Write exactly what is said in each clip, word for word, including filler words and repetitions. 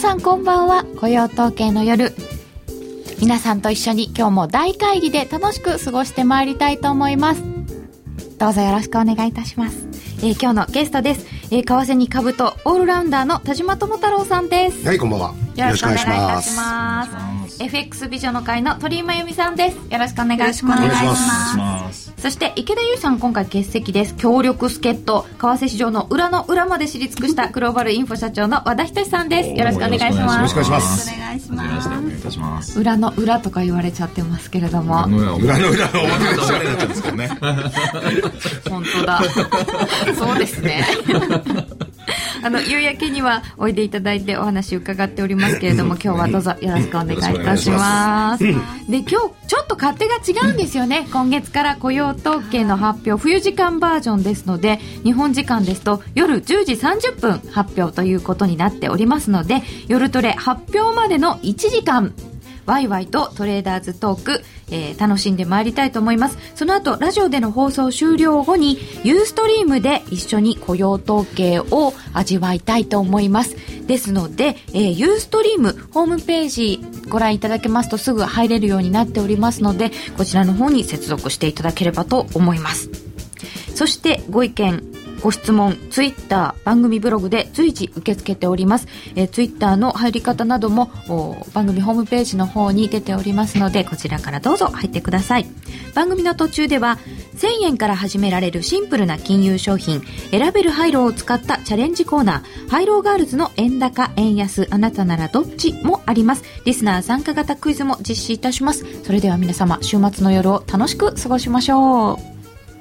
さんこんばんは。雇用統計の夜、皆さんと一緒に今日も大会議で楽しく過ごしてまいりたいと思います。どうぞよろしくお願いいたします。えー、今日のゲストです。えー、為替に株とオールラウンダーの田島智太郎さんです。 はい、こんばんは。 よろしくお願いいたします。エフエックス ビジョンの会の鳥居真由美さんです。よろしくお願いします。 お願いします。 そして池田優さん、今回欠席です。協力助っ人、為替市場の裏の裏まで知り尽くしたグローバルインフォ社長の和田仁さんです。よろしくお願いします。 よろしくお願いします。 お願いします。よろしくお願いいたします。 裏の裏とか言われちゃってますけれども、 裏の裏を裏の裏を表になっちゃうんですけどね。 本当だ。そうですね。あの夕焼けにはおいでいただいてお話伺っておりますけれども、今日はどうぞよろしくお願いいたします。で、今日ちょっと勝手が違うんですよね。今月から雇用統計の発表、冬時間バージョンですので、日本時間ですと夜じゅうじさんじゅっぷん発表ということになっておりますので、夜トレ発表までのいちじかんワイワイとトレーダーズトーク、えー、楽しんでまいりたいと思います。その後ラジオでの放送終了後にユーストリームで一緒に雇用統計を味わいたいと思います。ですので、えー、ユーストリームホームページご覧いただけますとすぐ入れるようになっておりますので、こちらの方に接続していただければと思います。そしてご意見ご質問、ツイッター、番組ブログで随時受け付けております。えー、ツイッターの入り方なども番組ホームページの方に出ておりますので、こちらからどうぞ入ってください。番組の途中ではせんえんから始められるシンプルな金融商品、選べるハイローを使ったチャレンジコーナー、ハイローガールズの円高円安あなたならどっちもあります。リスナー参加型クイズも実施いたします。それでは皆様、週末の夜を楽しく過ごしましょう。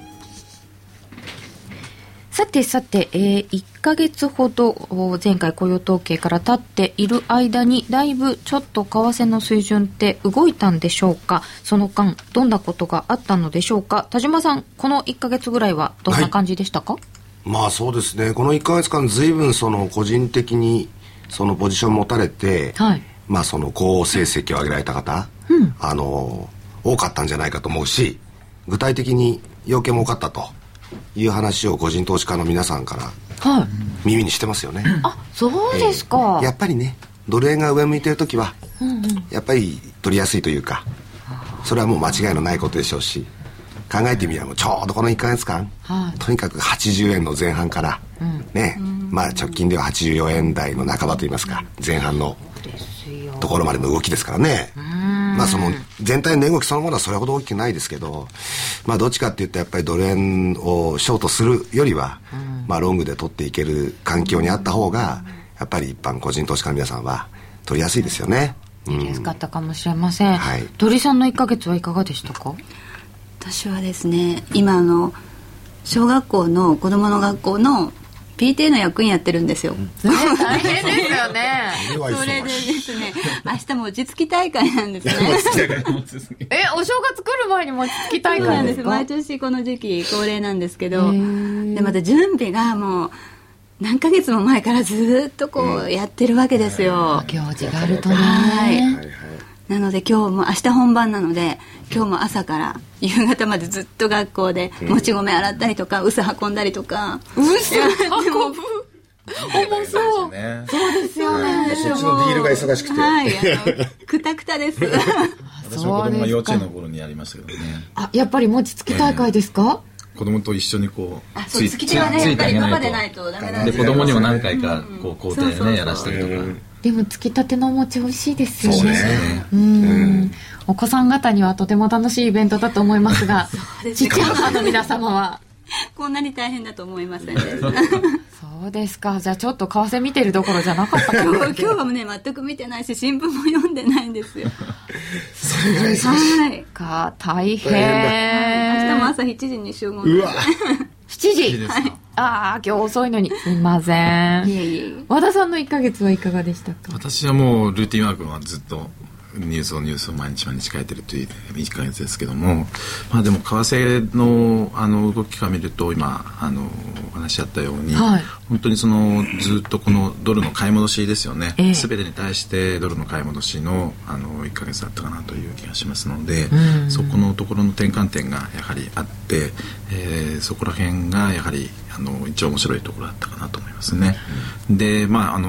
さてさて、えー、いっかげつほど前回雇用統計から経っている間にだいぶちょっと為替の水準って動いたんでしょうか。その間どんなことがあったのでしょうか。田島さん、このいっかげつぐらいはどんな感じでしたか。はい、 まあそうですね、このいっかげつかん随分その個人的にそのポジションを持たれて、はい、まあその好成績を上げられた方、うん、あの多かったんじゃないかと思うし、具体的に要件も多かったという話を個人投資家の皆さんから耳にしてますよね。はい、 あ、そうですか。 えー、やっぱりね、ドル円が上向いてるときは、うんうん、やっぱり取りやすいというか、それはもう間違いのないことでしょうし、考えてみればもうちょうどこのいっかげつかん、はい、とにかくはちじゅうえんの前半から、うん、ね、うん、まあ直近でははちじゅうよえん台の半ばといいますか、前半のところまでの動きですからね。まあその全体の値動きそのものはそれほど大きくないですけど、まあどっちかっていったらやっぱりドル円をショートするよりは、まあロングで取っていける環境にあった方が、やっぱり一般個人投資家の皆さんは取りやすいですよね。 取りやすかったかもしれません。はい、鳥さんのいっかげつはいかがでしたか。 私はですね、今あの小学校の子どもの学校のピーティー の役員やってるんですよ。 大変ですよね。 それでですね、明日も餅つき大会なんですね。 え、お正月来る前に餅つき大会ですか。 毎年この時期恒例なんですけど、でまた準備がもう何ヶ月も前からずっとこうやってるわけですよ。 行事があるとね。 はい。なので今日も明日本番なので、今日も朝から夕方までずっと学校でもち米洗ったりとか、臼運んだりとか。 臼運ぶ重そう。そうですよね。 そっちのディールが忙しくて、 はい、あのくたくたです。 私は子供が幼稚園の頃にやりましたけどね。 あ、やっぱり餅つき大会ですか。 えー、子供と一緒にこうあ、そうつき手はね、やっぱりパパでないとダメなんで、子供にも何回かこう交代でねやらしたりとか。 でもつきたてのお餅美味しいですよね。 そうですね。 うん、うん、お子さん方にはとても楽しいイベントだと思いますが、ちっちゃい母の皆様はこんなに大変だと思いませんでした。 そうですか。じゃあちょっと為替見てるどころじゃなかったか今日、今日はね全く見てないし新聞も読んでないんですよ。 それぐらい忙しい、 はい、 か大変。 明日も朝しちじに集合。 うわしちじ、はい、ああ今日遅いのにすいません。いえいえ。和田さんのいっかげつはいかがでしたか。 私はもうルーティンワークはずっとニュースをニュースを毎日毎日書いてるといういっかげつですけども、まあ、でも為替 の, あの動きから見ると今あのお話しあったように、はい、本当にそのずっとこのドルの買い戻しですよね、えー、全てに対してドルの買い戻し の, あのいっかげつだったかなという気がしますので、うん、そこのところの転換点がやはりあって、えー、そこら辺がやはりあの一応面白いところだったかなと思いますね、うん、でまああの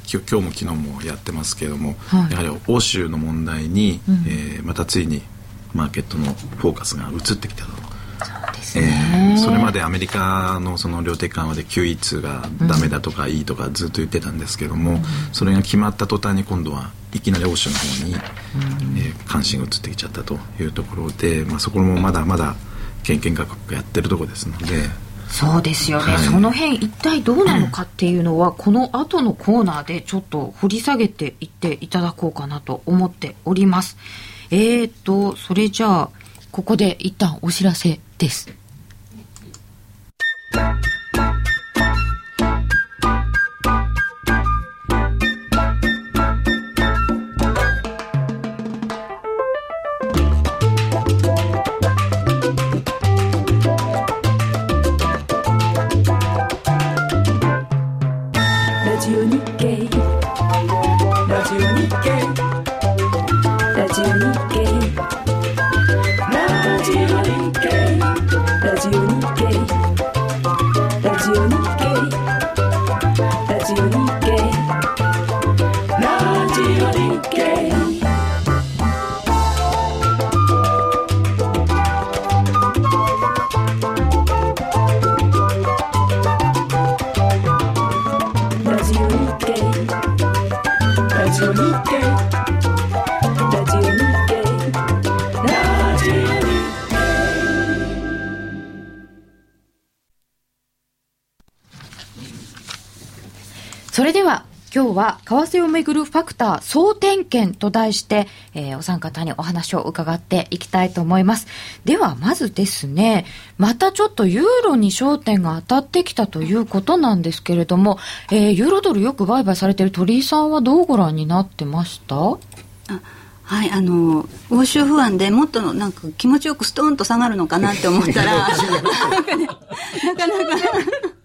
今日も昨日もやってますけれども、はい、やはり欧州の問題に、うんえー、またついにマーケットのフォーカスが移ってきたと。 そうですね、 えー、それまでアメリカのその量的緩和で キューイーツー がダメだとか、うん、いいとかずっと言ってたんですけども、うん、それが決まった途端に今度はいきなり欧州の方に、うんえー、関心が移ってきちゃったというところで、まあ、そこもまだまだ研究学がやってるところですので。 そうですよね、はい、その辺一体どうなのかっていうのはこの後のコーナーでちょっと掘り下げていっていただこうかなと思っております。えーとそれじゃあここで一旦お知らせです。それでは今日は為替をめぐるファクター総点検と題して、えー、お三方にお話を伺っていきたいと思います。ではまずですね、またちょっとユーロに焦点が当たってきたということなんですけれども、えー、ユーロドルよく売買されている鳥居さんはどうご覧になってました？あはい、あの欧州不安でもっとなんか気持ちよくストーンと下がるのかなって思ったらなんか、ね、なかなか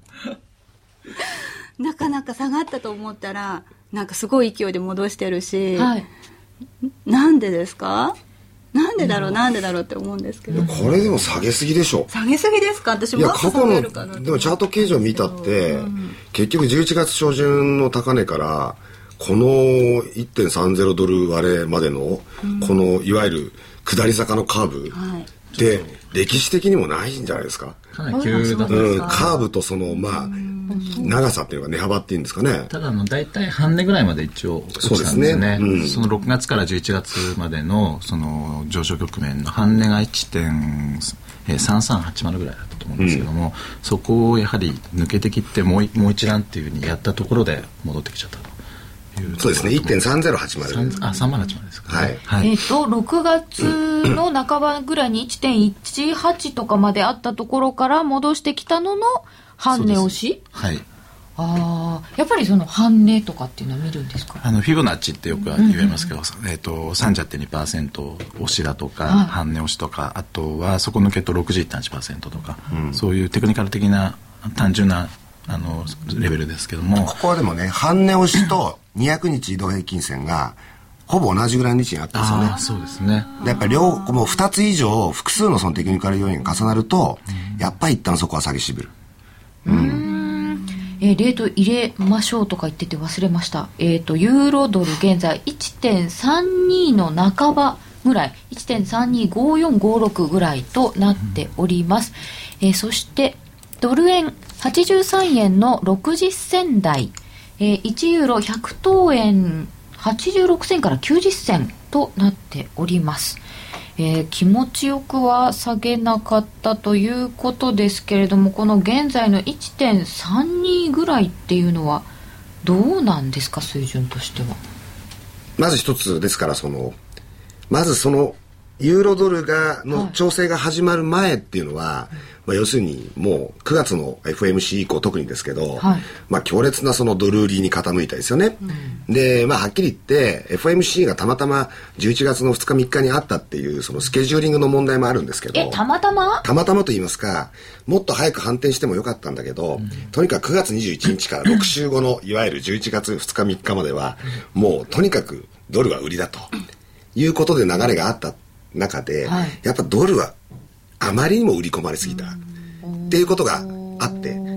なかなか下がったと思ったらなんかすごい勢いで戻してるし、はい、なんでですか？なんでだろう、うん、なんでだろうって思うんですけど、 これでも下げすぎでしょ。 下げすぎですか？私も過去のでもチャート形状見たって、うん、結局じゅういちがつ初旬の高値からこの いってんさんぜろ ドル割れまでの、うん、このいわゆる下り坂のカーブ、はい、で歴史的にもないんじゃないですか。 かなり急だった、 うん、カーブとそのまあ長さっていうか値幅っていうんですかね。 ただの大体半値ぐらいまで一応落ちたんですね。そうですね、うん、そのろくがつからじゅういちがつまでのその上昇局面の半値が いってんさんさんはちまる ぐらいだったと思うんですけども、うん、そこをやはり抜けてきてもう、もう一段っていう風にやったところで戻ってきちゃったと。 そうですね、いってんさんぜろはちまる、 あ、さんまるはちまるですか、ね、 はい、 えーとろくがつの半ばぐらいに いってんいちはち とかまであったところから戻してきたのの半値押し。 はい。 ああ、やっぱりその半値とかっていうのは見るんですか？ あのフィボナッチってよく言われますけど、うんうん、えーと さんじゅうはちてんにパーセント 押しだとか、はい、半値押しとか、あとは底抜けと ろくじゅういってんはちパーセント とか、うん、そういうテクニカル的な単純なあのレベルですけども、 ここはでもね、半値押しとにひゃくにち移動平均線がほぼ同じぐらいの位置にあったんですよね。 あ、そうですね。 でやっぱり両もうふたつ以上複数のそのテクニカル要因が重なると、うん、やっぱり一旦そこは下げしぶる。 うん、うんえー、レート入れましょうとか言ってて忘れました。えーとユーロドル現在 いってんさんに の半ばぐらい いってんさんにごよんごろく ぐらいとなっております、うんえー、そしてドル円はちじゅうさんえんのろくじゅっせん台、えー、いちユーロひゃくとえんはちじゅうろくせんからきゅうじゅっせんとなっております、えー、気持ちよくは下げなかったということですけれども、この現在の いってんさんに ぐらいっていうのはどうなんですか、水準としては。 まず一つですから、そのまずそのユーロドルがの調整が始まる前っていうのは、はいまあ、要するにもうくがつの エフオーエムシー 以降特にですけど、はいまあ、強烈なそのドル売りに傾いたですよね、うん、で、まあ、はっきり言って エフオーエムシー がたまたまじゅういちがつのふつかみっかにあったっていうそのスケジューリングの問題もあるんですけど、 えたまたまたまたまと言いますか、もっと早く反転してもよかったんだけど、うん、とにかくくがつにじゅういちにちからろく週後のいわゆるじゅういちがつふつかみっかまではもうとにかくドルは売りだということで流れがあった中で、はい、やっぱドルはあまりにも売り込まれすぎたっていうことがあって、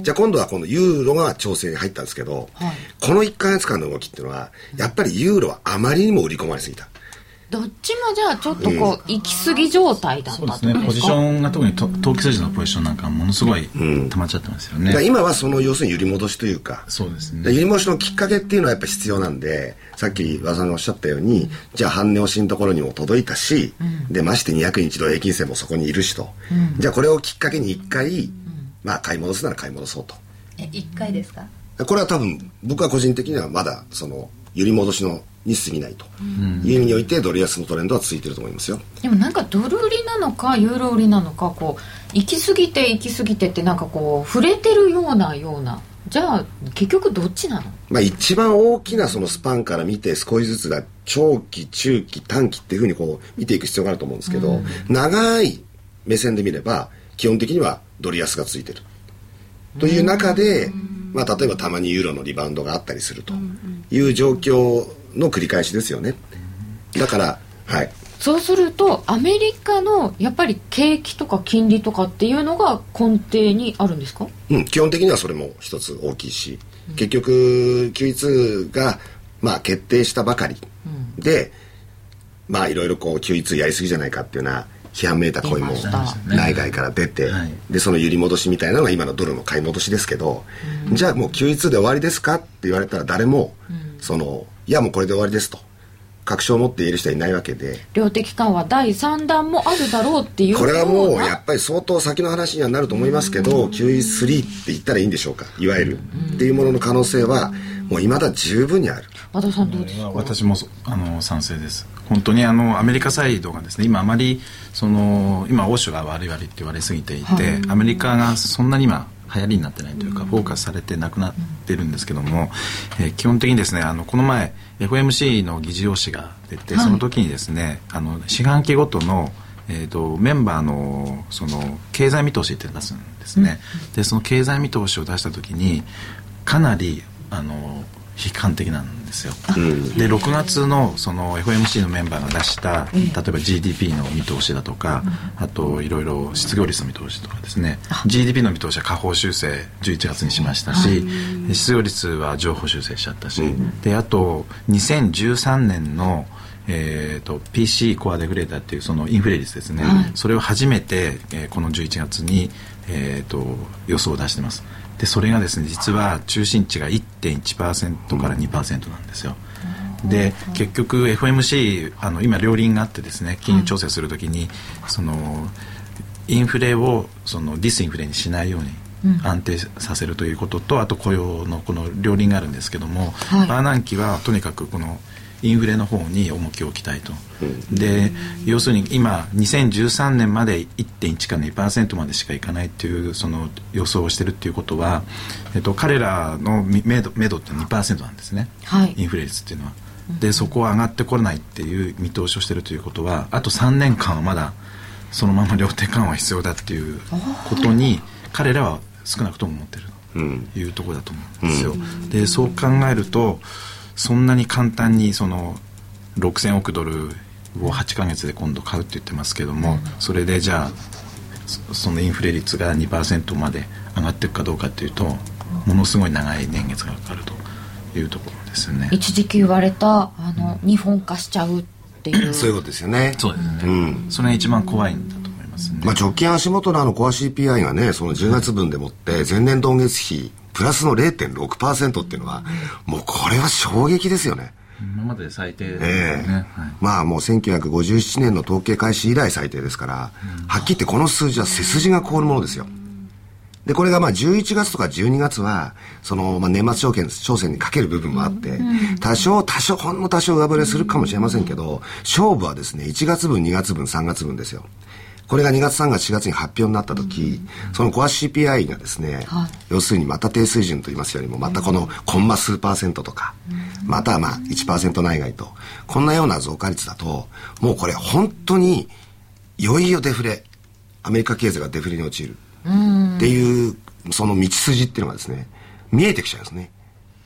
じゃあ今度はこのユーロが調整に入ったんですけど、はい、このいっかげつかんの動きっていうのはやっぱりユーロはあまりにも売り込まれすぎた。 どっちもじゃあちょっとこう、うん、行き過ぎ状態だったと。 そうですね。ポジションが特にと投機筋のポジションなんかものすごい溜まっちゃってますよね。 うん、今はその要するに揺り戻しというか、 そうですね。 揺り戻しのきっかけっていうのはやっぱり必要なんで、さっき和田さんがおっしゃったように、うん、じゃあ半値押しのところにも届いたし、うん、でましてにひゃくにち移動平均線もそこにいるしと、うん、じゃあこれをきっかけにいっかい、うん、まあ買い戻すなら買い戻そうと。 えいっかいですか？ これは多分僕は個人的にはまだその揺り戻しのに過ぎないという意味においてドル安のトレンドは続いていると思いますよ。 でもなんかドル売りなのかユーロ売りなのか、こう行き過ぎて行き過ぎてってなんかこう触れてるようなような、じゃあ結局どっちなの？ まあ一番大きなそのスパンから見て少しずつが長期中期短期っていうふうにこう見ていく必要があると思うんですけど、うん、長い目線で見れば基本的にはドル安がついてるという中で、まあ、例えばたまにユーロのリバウンドがあったりするという状況の繰り返しですよね。だから、はい、 そうするとアメリカのやっぱり景気とか金利とかっていうのが根底にあるんですか？ うん、基本的にはそれも一つ大きいし、うん、結局 キューイーツー が、まあ、決定したばかりで、うん、まあいろいろこう キューイーツー やりすぎじゃないかっていうような批判めいた声も内外から出て、はい、でその揺り戻しみたいなのが今のドルの買い戻しですけど、うん、じゃあもう キューイーツー で終わりですかって言われたら誰も、うん、そのいやもうこれで終わりですと確証を持って言える人はいないわけで、 量的緩和だいさん弾もあるだろうっていうこれはもうやっぱり相当先の話にはなると思いますけど、 キューイースリー って言ったらいいんでしょうか、いわゆるっていうものの可能性はもう未だ十分にある。 和田さんどうですか？ 私もあの賛成です。本当にあのアメリカサイドがですね、今あまりその今欧州が悪い悪いって言われすぎていて、はい、アメリカがそんなに今流行りになってないというか、フォーカスされてなくなってるんですけども、えー、基本的にですね、あのこの前 エフオーエムシー の議事要旨が出て、はい、その時にですね、あの四半期ごとのえー、とメンバー の, その経済見通しって出すんですね、うん、でその経済見通しを出した時にかなりあの悲観的なんですよ、うん、でろくがつ の, その エフオーエムシー のメンバーが出した例えば ジーディーピー の見通しだとか、うん、あといろいろ失業率の見通しとかですね、 ジーディーピー の見通しは下方修正じゅういちがつにしましたし、うん、失業率は上方修正しちゃったし、うん、であとにせんじゅうさんねんのえー、と ピーシー コアデフレーターっていうそのインフレ率ですね、はい、それを初めて、えー、このじゅういちがつに、えー、と予想を出してます。でそれがですね、実は中心値が いってんいちパーセント から にパーセント なんですよ。で結局 エフオーエムシー あの今両輪があってですね、金融調整するときに、はい、そのインフレをそのディスインフレにしないように安定させるということと、あと雇用のこの両輪があるんですけども、はい、バーナンキはとにかくこのインフレの方に重きを置きたいと、うん、で要するに今にせんじゅうさんねんまで いってんいち から にパーセント までしかいかないっていうその予想をしてるっていうことは、えっと、彼らの目処目処って にパーセント なんですね、はい、インフレ率っていうのは。でそこは上がってこれないっていう見通しをしてるということは、あとさんねんかんはまだそのまま量的緩和が必要だっていうことに彼らは少なくとも思ってるというところだと思うんですよ、うん、でそう考えるとそんなに簡単にそのろくせんおくドルをはちかげつで今度買うって言ってますけども、それでじゃあそのインフレ率が にパーセント まで上がっていくかどうかっていうと、ものすごい長い年月がかかるというところですよね。 一時期言われたあの日本化しちゃうっていうそういうことですよね。 そうですね、うん、それが一番怖いんだと思いますね。 まあ、直近足元のあのコア シーピーアイ がね、そのじゅうがつぶんでもって前年同月比プラスの れいてんろくパーセント っていうのは、もうこれは衝撃ですよね。 今まで最低ですね、 えーはい、まあもうせんきゅうひゃくごじゅうななねんの統計開始以来最低ですから、うん、はっきり言ってこの数字は背筋が凍るものですよ。でこれがまあじゅういちがつとかじゅうにがつはそのまあ年末証券調整にかける部分もあって、多少多少ほんの多少上振れするかもしれませんけど、勝負はですねいちがつぶんにがつぶんさんがつぶんですよ。これがにがつさんがつしがつに発表になった時、うん、そのコア シーピーアイ がですね、はい、要するにまた低水準と言いますよりもまたこのコンマ数パーセントとか、うん、またはまあ いちパーセント 内外とこんなような増加率だと、もうこれ本当にいよいよデフレ、アメリカ経済がデフレに陥るっていうその道筋っていうのがですね見えてきちゃうんですね。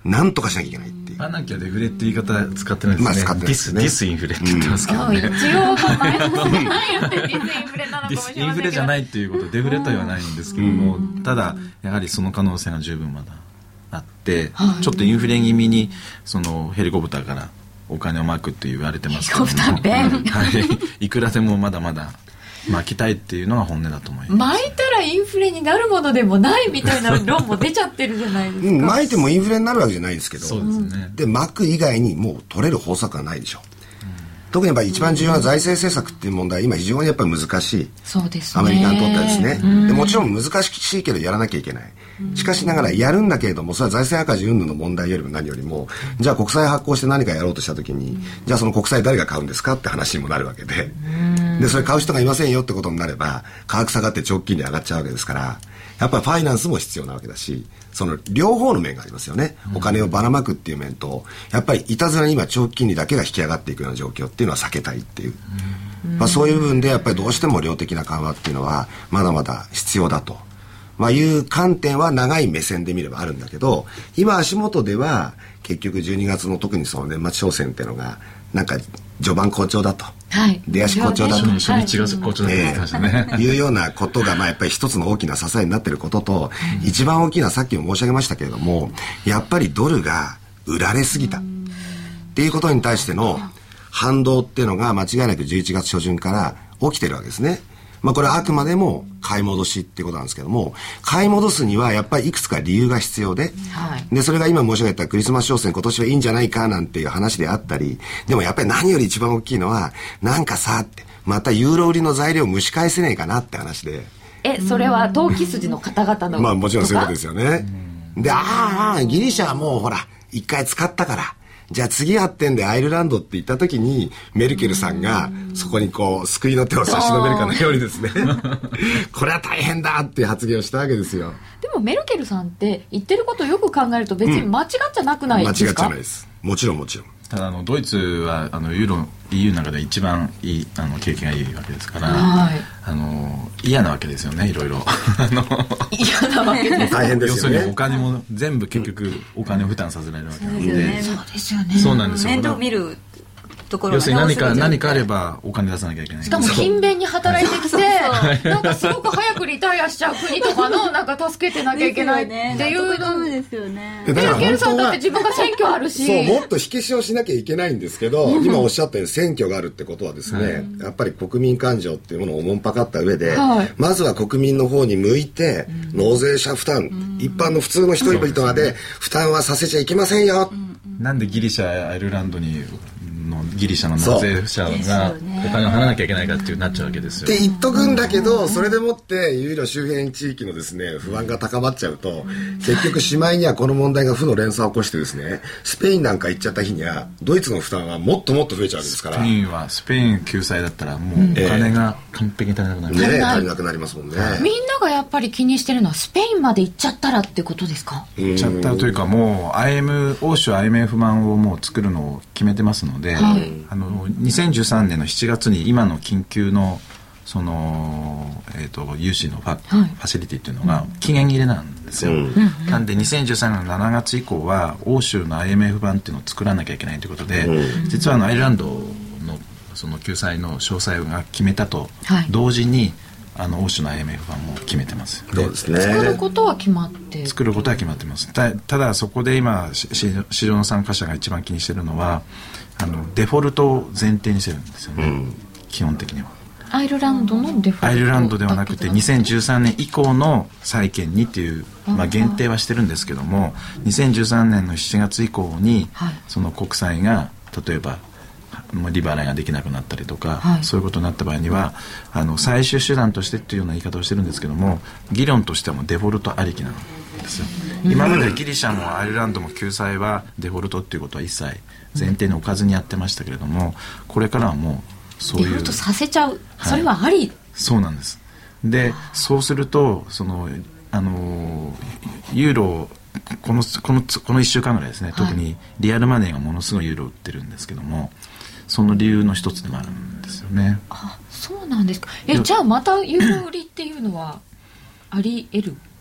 なんとかしなきゃいけないっていう。 まあ、なきゃデフレって言い方使ってないですね。 まあ使ってないですね。 ディス、ディスインフレって言ってますけどね。 うん、一応考えなくてないよね。ディスインフレなのかもしれませんけど。ディスインフレじゃないっていうこと、デフレとは言わないんですけども、ただやはりその可能性が十分まだあって、はい、ちょっとインフレ気味にそのヘリコプターからお金を巻くって言われてますけども、 ヘリコプターはい、いくらでもまだまだ巻きたいっていうのが本音だと思います。 巻いたらインフレになるものでもないみたいな論も出ちゃってるじゃないですか。 うん、巻いてもインフレになるわけじゃないですけど、 そうですね。 で巻く以外にもう取れる方策がないでしょ。特にやっぱり一番重要な財政政策っていう問題は今非常にやっぱり難しい。 そうですね。 アメリカにとってはですね。でもちろん難しいけどやらなきゃいけない。しかしながらやるんだけれども、それは財政赤字云々の問題よりも何よりも、じゃあ国債発行して何かやろうとした時に、じゃあその国債誰が買うんですかって話にもなるわけで、でそれ買う人がいませんよってことになれば価格下がって長期金利上がっちゃうわけですから、やっぱりファイナンスも必要なわけだし、その両方の面がありますよね。お金をばらまくっていう面と、やっぱりいたずらに今長期金利だけが引き上がっていくような状況っていうのは避けたいっていう、まあ、そういう部分でやっぱりどうしても量的な緩和っていうのはまだまだ必要だと、まあ、いう観点は長い目線で見ればあるんだけど、今足元では結局じゅうにがつの特にその年末商戦っていうのがなんか序盤好調だと、はい、出足好調だと、 初日が好調だと言ってましたね、 えー、いうようなことがまあやっぱり一つの大きな支えになっていることと、うん、一番大きなさっきも申し上げましたけれども、やっぱりドルが売られすぎたっていうことに対しての反動っていうのが間違いなくじゅういちがつ初旬から起きてるわけですね。まあこれはあくまでも買い戻しっていうことなんですけども、買い戻すにはやっぱりいくつか理由が必要で、はい、でそれが今申し上げたクリスマス商戦今年はいいんじゃないかなんていう話であったり、でもやっぱり何より一番大きいのはなんかさってまたユーロ売りの材料蒸し返せねえかなって話で、 えそれは投機筋の方々のまあもちろんそういうことですよね。で、ああギリシャはもうほら一回使ったからじゃあ次発展でアイルランドって言った時にメルケルさんがそこにこう救いの手を差し伸べるかのようにですねこれは大変だっていう発言をしたわけですよ。 でもメルケルさんって言ってることをよく考えると別に間違っちゃなくないですか、 うん、間違っちゃないです。もちろんもちろん。 ただあのドイツはあのユーロ イーユー の中で一番いいあの景気がいいわけですから、はい、あの嫌なわけですよね、いろいろ嫌なわけです。 大変ですよね。 要するにお金も全部結局お金を負担させられるわけなので、 うん、そうですよね。 そうなんですよ。 面倒見るところ要するに何か何かあればお金出さなきゃいけない。 しかも勤勉に働いてきてなんかすごく早くリタイアしちゃう国とかのなんか助けてなきゃいけないっていうのですよね。 メルケルさんだって自分が選挙あるし、 そうもっと火消しをしなきゃいけないんですけど、うん、今おっしゃったように選挙があるってことはですね、うん、やっぱり国民感情っていうものをおもんぱかった上で、はい、まずは国民の方に向いて、うん、納税者負担、うん、一般の普通の人々まで負担はさせちゃいけませんよ、うんうん、なんでギリシャやアイルランドにのギリシャの納税者がお金を払わなきゃいけないかっていうなっちゃうわけですよ。 って言っとくんだけど、それでもってユーロ周辺地域のですね不安が高まっちゃうと、結局しまいにはこの問題が負の連鎖を起こしてですね、スペインなんか行っちゃった日にはドイツの負担はもっともっと増えちゃうわけですから。 スペインはスペイン救済だったらもうお金が完璧に足りなくなります、 ね、足りなくなりますもんね。 みんながやっぱり気にしてるのはスペインまで行っちゃったらってことですか。 行っちゃったというか、もう アイエム 欧州 アイエムエフ 版をもう作るのを決めてますので、はい、あのにせんじゅうさんねんのしちがつに今の緊急のその、えー、と融資のファ、はい、ファシリティっていうのが期限切れなんですよ、うん、なんでにせんじゅうさんねんのしちがつ以降は欧州の アイエムエフ 版っていうのを作らなきゃいけないということで、うん、実はあのアイルランドのその救済の詳細が決めたと同時に、はい、あの欧州の アイエムエフ 版も決めてます。 そうですね。 作ることは決まって作ることは決まってます。 た, ただそこで今市場の参加者が一番気にしているのはあのデフォルトを前提にしてるんですよね、うん、基本的にはアイルランドのデフォルトアイルランドではなくてにせんじゅうさんねん以降の債券にっていう、まあ、限定はしてるんですけども、にせんじゅうさんねんのしちがつ以降に、はい、その国債が例えば利払いができなくなったりとか、はい、そういうことになった場合にはあの最終手段としてっていうような言い方をしてるんですけども、議論としてはもうデフォルトありきなんですよ。今までギリシャもアイルランドも救済はデフォルトっていうことは一切前提に置かずにやってましたけれども、これからはもうそういうデフォルトさせちゃう、はい、それはあり。 そうなんです。でそうするとそのあのユーロこのこのこのいっしゅうかんぐらいですね、はい、特にリアルマネーがものすごいユーロ売ってるんですけども、その理由の一つでもあるんですよね。 あ、そうなんですか。えじゃあまたユーロ売りっていうのはあり得る。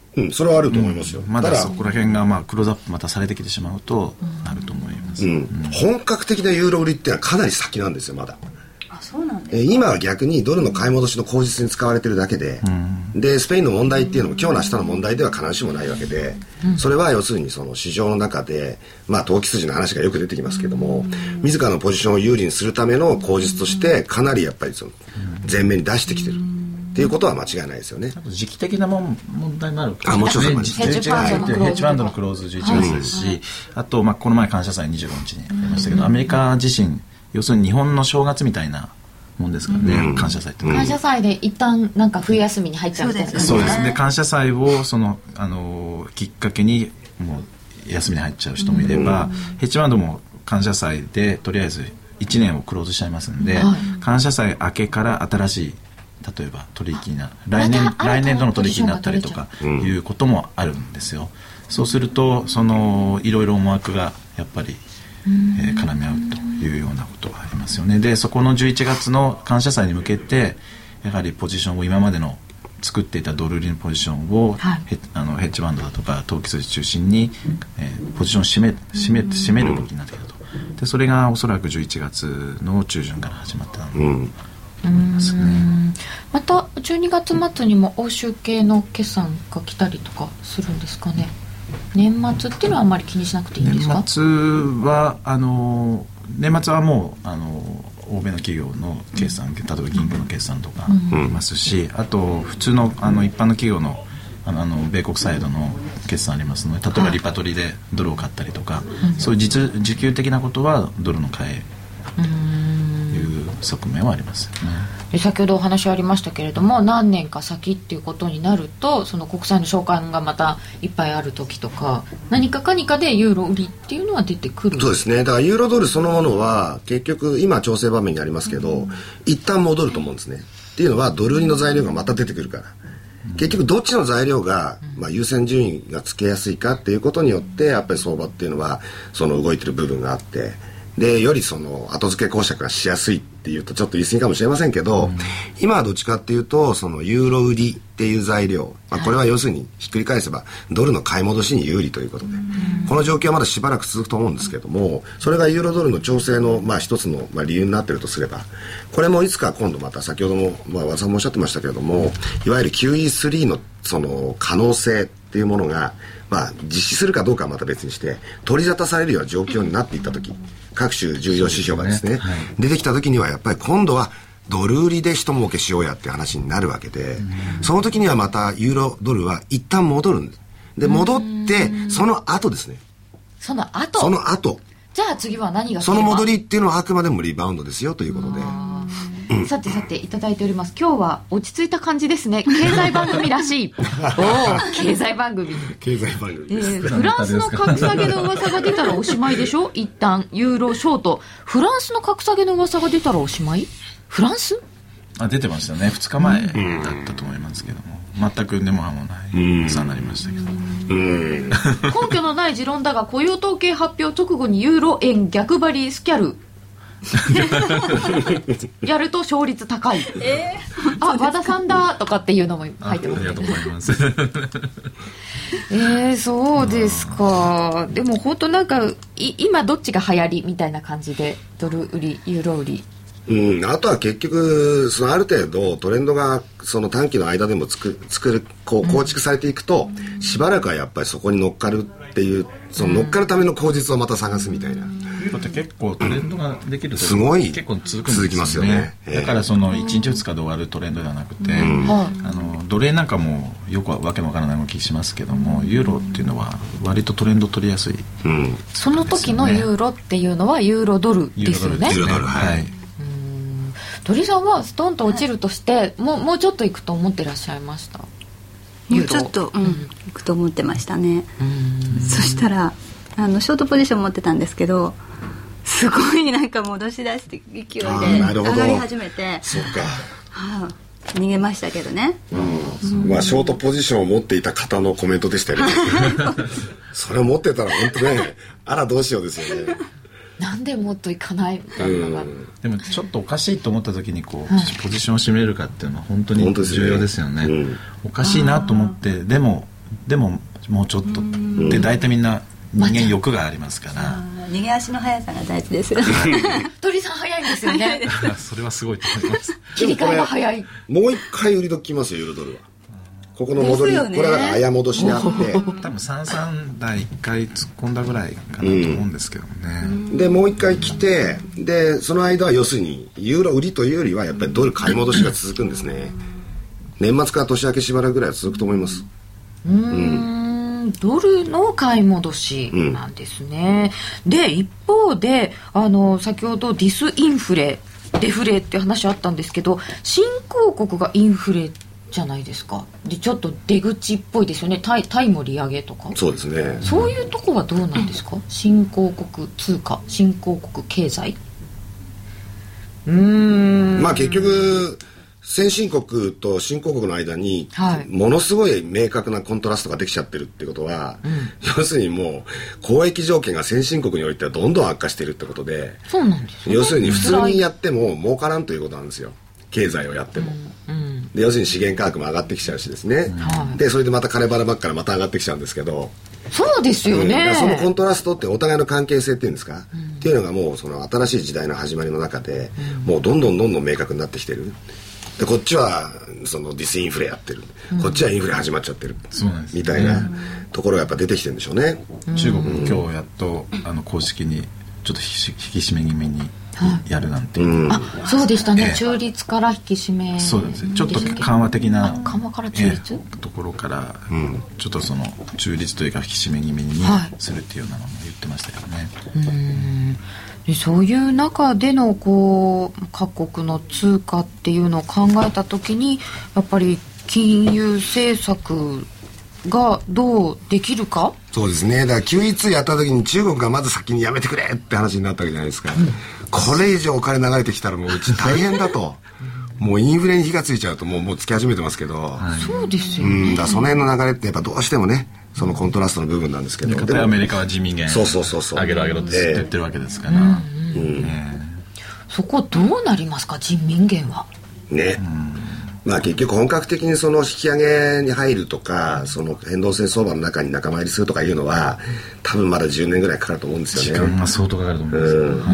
うん、それはあると思いますよ、 うん、まだそこら辺がまあクローズアップまたされてきてしまうとなると思います、 うんうん、本格的なユーロ売りってのはかなり先なんですよまだ。 あ、そうなんですか。 今は逆にドルの買い戻しの口実に使われてるだけで、うん、でスペインの問題っていうのも今日の明日の問題では必ずしもないわけで、うん、それは要するにその市場の中で、まあ、投機筋の話がよく出てきますけども、うん、自らのポジションを有利にするための口実としてかなりやっぱりその前面に出してきてるっていうことは間違いないですよね。 時期的なもん問題になるあもちろんヘッジファンドのクローズじゅういちがつですし、はい、あと、まあ、この前感謝祭にじゅうごにちにありましたけど、アメリカ自身要するに日本の正月みたいなもんですからね、うん、感謝祭って、 感謝祭で一旦なんか冬休みに入っちゃうみたいな、 そうですね。感謝祭をそのあのきっかけにもう休みに入っちゃう人もいれば、うん、ヘッジファンドも感謝祭でとりあえずいちねんをクローズしちゃいますんで、はい、感謝祭明けから新しい例えば取引な来年来年度の取引になったりとかいうこともあるんですよ。そうするとそのいろいろ思惑がやっぱり、えー、絡み合うというようなことがありますよね。でそこのじゅういちがつの感謝祭に向けてやはりポジションを今までの作っていたドル売りのポジションを、はい、ヘ, あのヘッジファンドだとか投機筋中心に、えー、ポジションを締め、締め、締める動きになってきたと。でそれがおそらくじゅういちがつの中旬から始まったので、うんますね、またじゅうにがつ末にも欧州系の決算が来たりとかするんですかね。年末っていうのはあんまり気にしなくていいんですか。 年末はあの年末はもうあの欧米の企業の決算、例えば銀行の決算とかありますし、うん、あと普通 の, あの一般の企業のあの米国サイドの決算ありますので、例えばリパトリでドルを買ったりとか、はい、そういう実需給的なことはドルの買えという側面はありますよね。 で先ほどお話ありましたけれども、何年か先っていうことになるとその国債の償還がまたいっぱいある時とか何かかにかでユーロ売りっていうのは出てくる。 そうですね。だからユーロドルそのものは結局今調整場面にありますけど、うん、一旦戻ると思うんですね。っていうのはドル売りの材料がまた出てくるから、うん、結局どっちの材料が、まあ、優先順位がつけやすいかっていうことによってやっぱり相場っていうのはその動いてる部分があって、でよりその後付け公爵がしやすいっていうとちょっと言い過ぎかもしれませんけど、うん、今はどっちかっていうとそのユーロ売りっていう材料、まあ、これは要するにひっくり返せばドルの買い戻しに有利ということで、うん、この状況はまだしばらく続くと思うんですけども、それがユーロドルの調整のまあ一つのまあ理由になっているとすれば、これもいつか今度また先ほどもまあ和田さんもおっしゃってましたけれども、いわゆる キューイースリー のその可能性っていうものがまあ、実施するかどうかはまた別にして取り沙汰されるような状況になっていった時、各種重要指標がですね、はい、出てきた時にはやっぱり今度はドル売りで一儲けしようやっていう話になるわけで、その時にはまたユーロドルは一旦戻るんです。で戻ってその後ですね、 その後その後じゃあ次は何がその戻りっていうのはあくまでもリバウンドですよということで、 うん、さてさていただいております。今日は落ち着いた感じですね。経済番組らしいおー経済番組経済番組です、 えー、フランスの格下げの噂が出たらおしまいでしょ。一旦ユーロショート、フランスの格下げの噂が出たらおしまい。フランスあ出てましたね。ふつかまえだったと思いますけども、うん、全く根も葉もない噂になりましたけど、うん、 根拠のない持論だが雇用統計発表直後にユーロ円逆張りスキャルやると勝率高い、えー、あ和田さんだとかっていうのも入ってます、ね、 ありがとうございますえー、そうですか。でも本当なんかい今どっちが流行りみたいな感じでドル売りユーロ売り、 うん、あとは結局そのある程度トレンドがその短期の間でもつく作るこう構築されていくと、うん、しばらくはやっぱりそこに乗っかるっていうその乗っかるための口実をまた探すみたいな、 だって結構トレンドができるとすごい結構続くんですよね。 続きますよね、 えー、だからそのいちにちふつかで終わるトレンドではなくて、うん、あのドル円なんかもよくわけのわからない動きしますけども、ユーロっていうのは割とトレンド取りやすい、うん、 その時のユーロっていうのはユーロドルですよね。 ユーロドル、はい。 鳥さんはストンと落ちるとして、はい、もう、もうちょっといくと思ってらっしゃいました。 もうちょっと、うん、いくと思ってましたね。うんそしたらあのショートポジション持ってたんですけど、すごいなんか戻し出して勢いで上がり始めて、 そうか、 はあ、逃げましたけどね、 うんうん、まあショートポジションを持っていた方のコメントでしたよねそれを持ってたら本当ねあらどうしようですよね。 なんでもっといかないみたいなのが、うん、 でもちょっとおかしいと思った時にこう、はい、ポジションを占めるかっていうのは本当に重要ですよね、うん、おかしいなと思ってでもでももうちょっとで大体みんな人間欲がありますから、 逃げ足の速さが大事です鳥さん早いんですよねそれはすごいと思います切り替えが早い。 もう一回売り時来ますよユーロドルは。ここの戻り、ね、これはだから綾戻しにあって多分さんじゅうさん台いっかい突っ込んだぐらいかなと思うんですけどね、うん、 でもう一回来て、でその間は要するにユーロ売りというよりはやっぱりドル買い戻しが続くんですね。年末から年明けしばらくぐらいは続くと思います。 うーん、うん、ドルの買い戻しなんですね、うん、で一方であの先ほどディスインフレデフレっていう話あったんですけど、新興国がインフレじゃないですか。でちょっと出口っぽいですよね。タイ、タイも利上げとか。 そうですね。 そういうとこはどうなんですか、うん、新興国通貨、新興国経済。うーん、 まあ結局先進国と新興国の間にものすごい明確なコントラストができちゃってるってことは、うん、要するにもう交易条件が先進国においてはどんどん悪化してるってことで、 そうなんですよね。 要するに普通にやっても儲からんということなんですよ、経済をやっても、うんうん、で要するに資源価格も上がってきちゃうしですね、うん、でそれでまた金ばらまっからまた上がってきちゃうんですけど、 そうですよね、 うん、そのコントラストってお互いの関係性っていうんですか、うん、っていうのがもうその新しい時代の始まりの中で、うん、もうどんどんどんどん明確になってきてる。でこっちはそのディスインフレやってる、うん、こっちはインフレ始まっちゃってる、うん、みたいなところがやっぱ出てきてるんでしょうね、 うん、中国も今日やっとあの公式にちょっと引き締め気味にやるなんて、 うん、あそうでしたね、えー、中立から引き締め、 そうですね、ちょっと緩和的な緩和から中立、 えー、ところから、うん、ちょっとその中立というか引き締め気味にするっていうようなのも言ってましたけどね、 はい、うんでそういう中でのこう各国の通貨っていうのを考えた時にやっぱり金融政策がどうできるか。 そうですね。だから キューイーツー やった時に中国がまず先にやめてくれって話になったわけじゃないですか、うん、これ以上お金流れてきたらもううち大変だともうインフレに火がついちゃうともう、もうつき始めてますけど、 はい、そうですよね、 うん、だからその辺の流れってやっぱどうしてもねそのコントラストの部分なんですけど、 でもアメリカは人民元そうそうそうそう上げろ上げろってずっと言ってるわけですから、えーうんうんえー、そこどうなりますか人民元はね、うんまあ、結局本格的にその引き上げに入るとかその変動性相場の中に仲間入りするとかいうのは多分まだじゅうねんぐらいかかると思うんですよね。 時間が相当かかると思うんですよ、うんはい、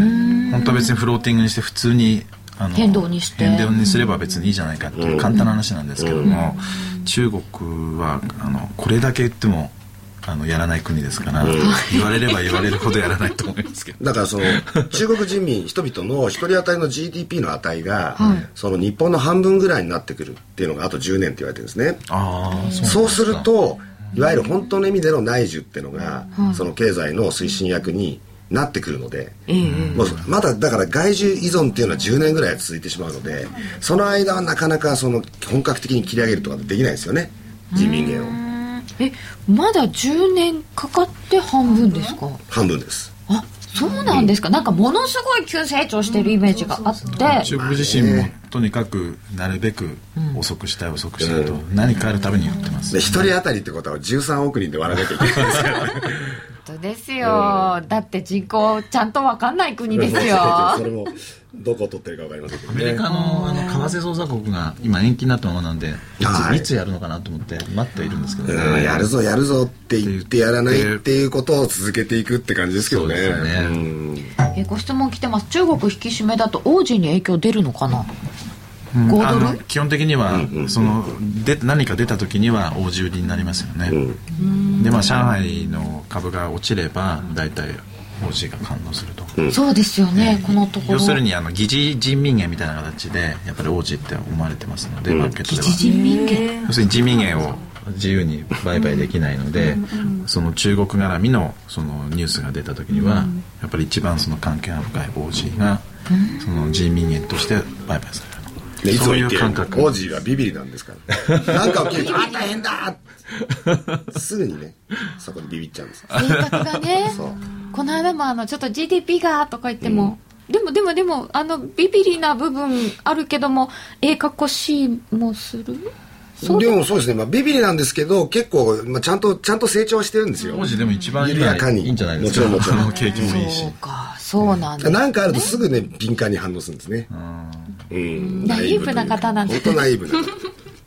本当は別にフローティングにして普通にあの変動にして変動にすれば別にいいじゃないかっていう簡単な話なんですけども、うん、中国はあのこれだけ言ってもあのやらない国ですから、うん、言われれば言われるほどやらないと思いますけどだからその中国人民人々の一人当たりの ジーディーピー の値が、はい、その日本の半分ぐらいになってくるっていうのがあとじゅうねんって言われてるんですね。 あー、 そうするといわゆる本当の意味での内需っていうのが、うん、その経済の推進役になってくるので、うん、もうまだだから外需依存っていうのはじゅうねんぐらい続いてしまうのでその間はなかなかその本格的に切り上げるとかできないですよね人民元を。 えまだじゅうねんかかって半分ですか。 半分です。 あそうなんですか、うん、なんかものすごい急成長してるイメージがあって、 中国自身もとにかくなるべく遅くしたい遅くしたいと何かあるために言ってます、 で一人当たりってことはじゅうさんおくにんで割らなきゃいけないですから本当ですよ、うん、だって人口ちゃんと分かんない国ですよそれもどこを取ってるか分かりませんけどね。 アメリカ の, あの為替操作国が今延期になったままなんでいつ、はい、いつやるのかなと思って待っているんですけど、ねうん、やるぞやるぞって言ってやらないっていうことを続けていくって感じですけどね。 そうですね、 うん、 えご質問来てます。中国引き締めだとオージーに影響出るのかな。ごドル、 うん、基本的には、うん、そので何か出た時にはオージー売りになりますよね、うん、でまあ上海の株が落ちれば大体オージーが反応すると、 うん、そうですよね、えー、このところ要するにあの疑似人民元みたいな形でやっぱりオージーって思われてますので、うん、マーケットでは疑似人民元要するに人民元を自由に売買できないので、うん、その中国絡み の, そのニュースが出た時には、うん、やっぱり一番その関係が深い オージー が、うん、その人民元として売買される。 いつも言ってるオージーはビビリなんですからなんか起きるとあ大変だすぐにねそこにビビっちゃうんです。 性格がねそうこの間もあのちょっと ジーディーピー がとか言っても、うん、でもでもでもあのビビリな部分あるけどもええかっこしいもする。 そうでもそうですね、まあ、ビビリなんですけど結構、まあ、ちゃんとちゃんと成長してるんですよ。 オージーでも一番いいいいんじゃないですか。 もちろんもちろん景気もいいし。 そうかそうなんですね。 なんかあるとすぐね敏感に反応するんですね。うん、 ナイーブな方なんです。 本当ナイーブな方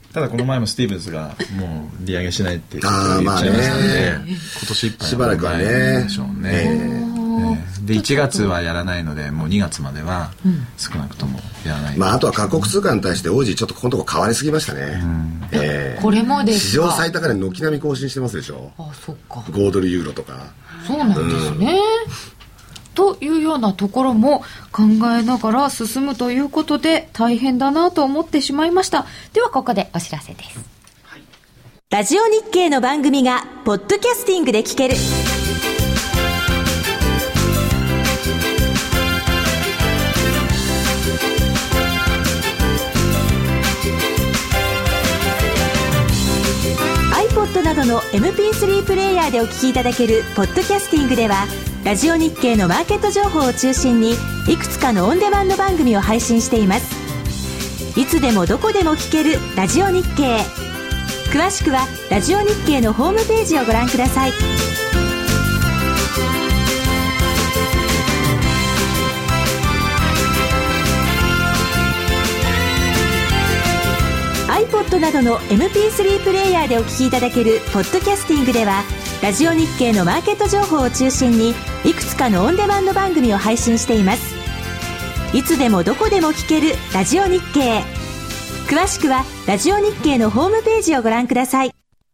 ただこの前もスティーブンスがもう利上げしないって言っちゃいましたので、今年いっぱいしばらくはねでしょうね。でいちがつはやらないのでもうにがつまでは少なくともやらない、 まあ、あとは各国通貨に対してオージーちょっとこのとこ変わりすぎましたね、うんえー、これもですか。 史上最高値軒並み更新してますでしょ。 あ、そっか。 ごドルユーロとか。 そうなんですね、うん、というようなところも考えながら進むということで大変だなと思ってしまいました。ではここでお知らせです、はい、 ラジオ日経の番組がポッドキャスティングで聞ける。iPod などの エムピースリー プレイヤーでお聞きいただけるポッドキャスティングでは、ラジオ日経のマーケット情報を中心にいくつかのオンデマンド番組を配信しています。いつでもどこでも聞けるラジオ日経。詳しくはラジオ日経のホームページをご覧ください。iPod などの エムピースリー プレイヤーでお聞きいただけるポッドキャスティングでは、ラジオ日経のマーケット情報を中心にいくつかのオンデマンド番組を配信しています。いつでもどこでも聞けるラジオ日経。詳しくはラジオ日経のホームページをご覧ください。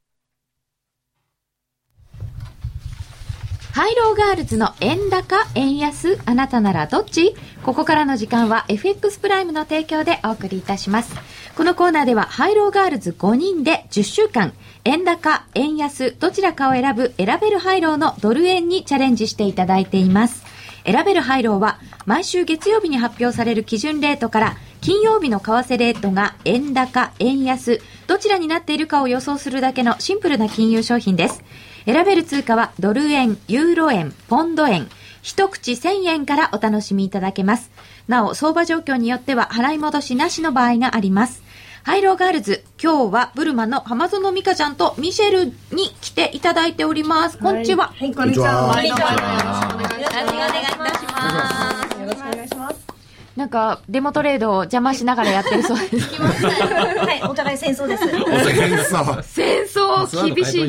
ハイローガールズの円高円安、あなたならどっち？ここからの時間は エフエックス プライムの提供でお送りいたします。このコーナーではハイローガールズごにんでじゅっしゅうかん円高円安どちらかを選ぶ選べるハイローのドル円にチャレンジしていただいています。選べるハイローは毎週月曜日に発表される基準レートから金曜日の為替レートが円高円安どちらになっているかを予想するだけのシンプルな金融商品です。選べる通貨はドル円、ユーロ円、ポンド円、一口せんえんからお楽しみいただけます。なお相場状況によっては払い戻しなしの場合があります。ハイローガールズ、今日はブルマの浜園美香ちゃんとミシェルに来ていただいております。こんにちは。 はい、こんにちは。 こんにちは。よろしくお願いいたします。 よろしくお願いします。 なんかデモトレードを邪魔しながらやってるそうです。 はい、お互い戦争です。戦争。 戦争厳しい。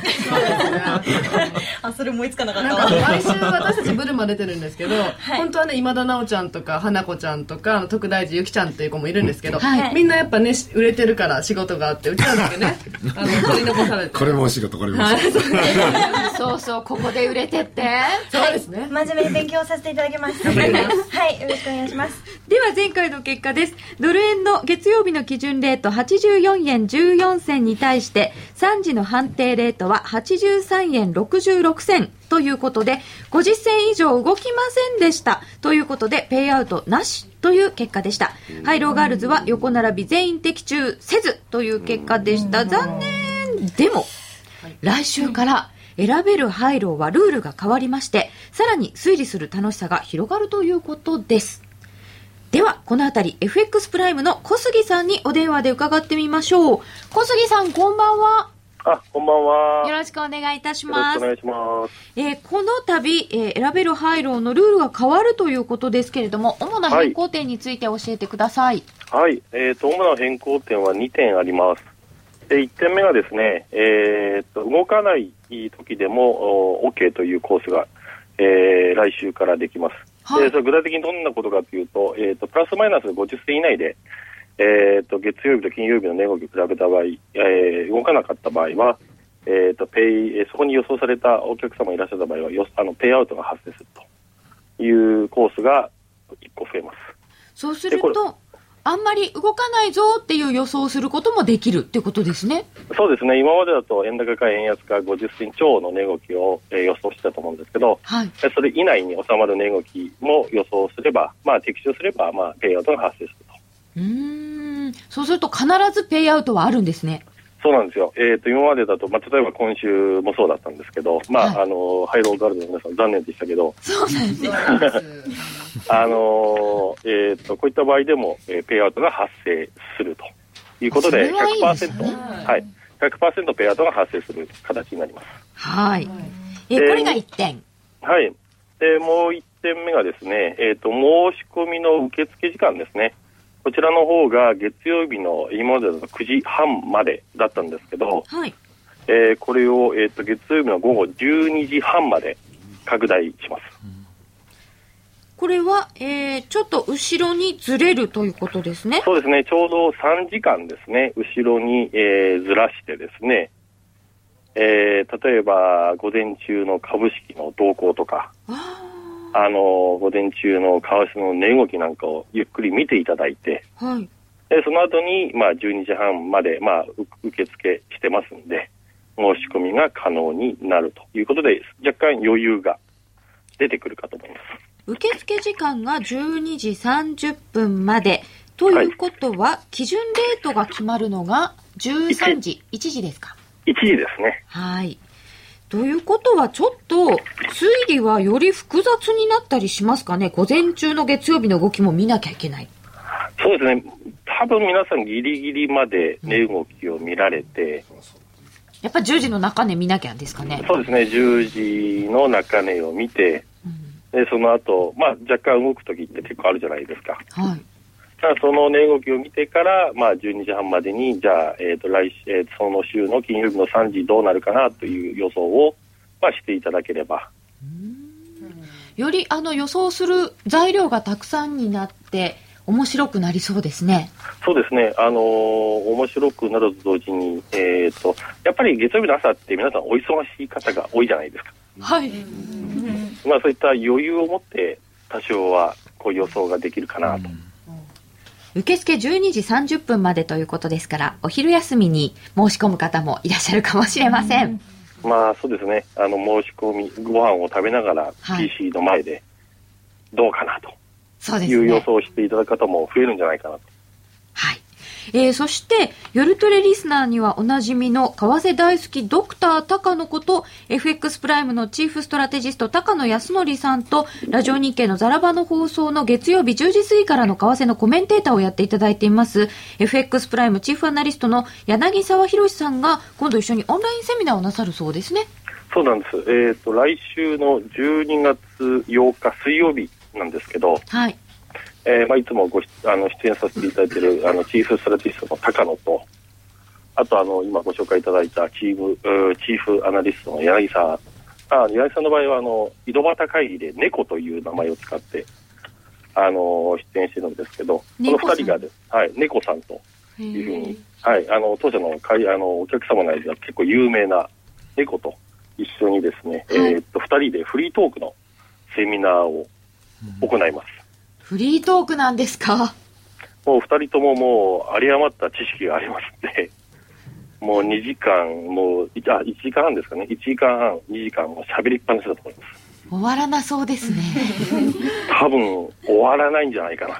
あ、それ思いつかなかった。 なんか毎週私たちブルマ出てるんですけど、はい、本当はね今田奈緒ちゃんとか花子ちゃんとか徳大寺ゆきちゃんっていう子もいるんですけど、はい、みんなやっぱね売れてるから仕事があって、うちらだけねあの取り残されて。 これもお仕事これもお仕事。 そうそうここで売れてって。 そうですね。 真面目に勉強させていただきます。はい、よろしくお願いします。 では前回の結果です。ドル円の月曜日の基準レートはちじゅうよんえんじゅうよんせんに対してさんじの判定レートははちじゅうさんえんろくじゅうろくせんということでごじゅっせん以上動きませんでしたということでペイアウトなしという結果でした。ハイローガールズは横並び全員的中せずという結果でした。残念。でも来週から選べるハイローはルールが変わりまして、さらに推理する楽しさが広がるということです。ではこのあたり エフエックス プライムの小杉さんにお電話で伺ってみましょう。小杉さんこんばんは。 あ、こんばんは。 よろしくお願いいたします。 よろしくお願いします。 えー、この度、えー、選べるハイローのルールが変わるということですけれども、主な変更点について教えてください。 はい、はい、えーと主な変更点はにてんあります。でいってんめがですね、えー、と動かない時でも OK というコースが、えー、来週からできます。はい、でそれ具体的にどんなことかというと、えー、とプラスマイナスごじゅっせん以内で、えー、と月曜日と金曜日の値動きを比べた場合、えー、動かなかった場合は、えー、とペイそこに予想されたお客様いらっしゃった場合はよあのペイアウトが発生するというコースがいっこ増えます。 そうするとあんまり動かないぞっていう予想をすることもできるってことですね。 そうですね。今までだと円高か円安かごじゅっせん超の値動きを、えー、予想してたと思うんですけど、はい、それ以内に収まる値動きも予想すれば、まあ、的中すれば、まあ、ペイアウトが発生すると。 うーん、そうすると必ずペイアウトはあるんですね。 そうなんですよ。えー、と今までだと、まあ、例えば今週もそうだったんですけど、まあ、はい、あのハイローガールズの皆さん残念でしたけど、 そうなんですよ。 あのー、えー、とこういった場合でも、えー、ペイアウトが発生するということで ひゃくパーセント、はい、ひゃくパーセント ペイアウトが発生する形になります。 はい。えー、これがいってん。 はい。でもういってんめがですね、えー、と申し込みの受付時間ですね。 こちらの方が月曜日の今までのくじはんまでだったんですけど、 はい、 えー、これを、えー、と月曜日の午後じゅうにじはんまで拡大します。 これは、えー、ちょっと後ろにずれるということですね。 そうですね、ちょうどさんじかんですね、後ろに、えー、ずらしてですね、えー、例えば午前中の株式の動向とか、ああの午前中の為替の値動きなんかをゆっくり見ていただいて、 はい、 でその後に、まあ、じゅうにじはんまで、まあ、受付してますんで、申し込みが可能になるということで、若干余裕が出てくるかと思います。 受付時間がじゅうにじさんじゅっぷんまでということは、はい、基準レートが決まるのがじゅうさんじ、いちじですか。 いちじですね。 はい。ということはちょっと推理はより複雑になったりしますかね。午前中の月曜日の動きも見なきゃいけない。 そうですね、多分皆さんギリギリまで値動きを見られて、うん、 やっぱじゅうじの中値見なきゃですかね。 そうですね、じゅうじの中値を見て、うん、でその後、まあ若干動く時って結構あるじゃないですか。 はい。 その値動きを見てから、まあ、じゅうにじはんまでに、じゃあ、えーと来えー、その週の金曜日のさんじどうなるかなという予想を、まあ、していただければ。 うん、よりあの予想する材料がたくさんになって面白くなりそうですね。 そうですね、あのー、面白くなると同時に、えーと、やっぱり月曜日の朝って皆さんお忙しい方が多いじゃないですか。 はい。 まあ、そういった余裕を持って多少はこう予想ができるかなと。うん、 受付じゅうにじさんじゅっぷんまでということですから、お昼休みに申し込む方もいらっしゃるかもしれません。 うん、まあそうですね、あの申し込みご飯を食べながら ピーシー の前でどうかなという予想をしていただく方も増えるんじゃないかなと。 はい。えー、そして夜トレリスナーにはおなじみの為替大好きドクター高野こと エフエックス プライムのチーフストラテジスト高野康則さんと、ラジオ日経のザラバの放送の月曜日じゅうじ過ぎからの為替のコメンテーターをやっていただいています エフエックス プライムチーフアナリストの柳沢博さんが今度一緒にオンラインセミナーをなさるそうですね。 そうなんです、えーと、来週のじゅうにがつようか水曜日なんですけど、 はい、 えーまあ、いつもごあの出演させていただいているあのチーフストラテジストの高野と、あとあの今ご紹介いただいたチームチーフアナリストの柳さん、あ柳さんの場合はあの井戸端会議で猫という名前を使ってあの出演しているんですけど、このふたりがで、はい、猫さんというふうに、はい、あの当社の会あのお客様の間では結構有名な猫と一緒にですね、はい、えー、っとふたりでフリートークのセミナーを行います。 フリートークなんですか。 もうふたりとももう有り余った知識がありますので、もうにじかん、もうあいちじかんはんですかね、いちじかんはんにじかんも喋りっぱなしだと思います。 終わらなそうですね。 多分終わらないんじゃないかな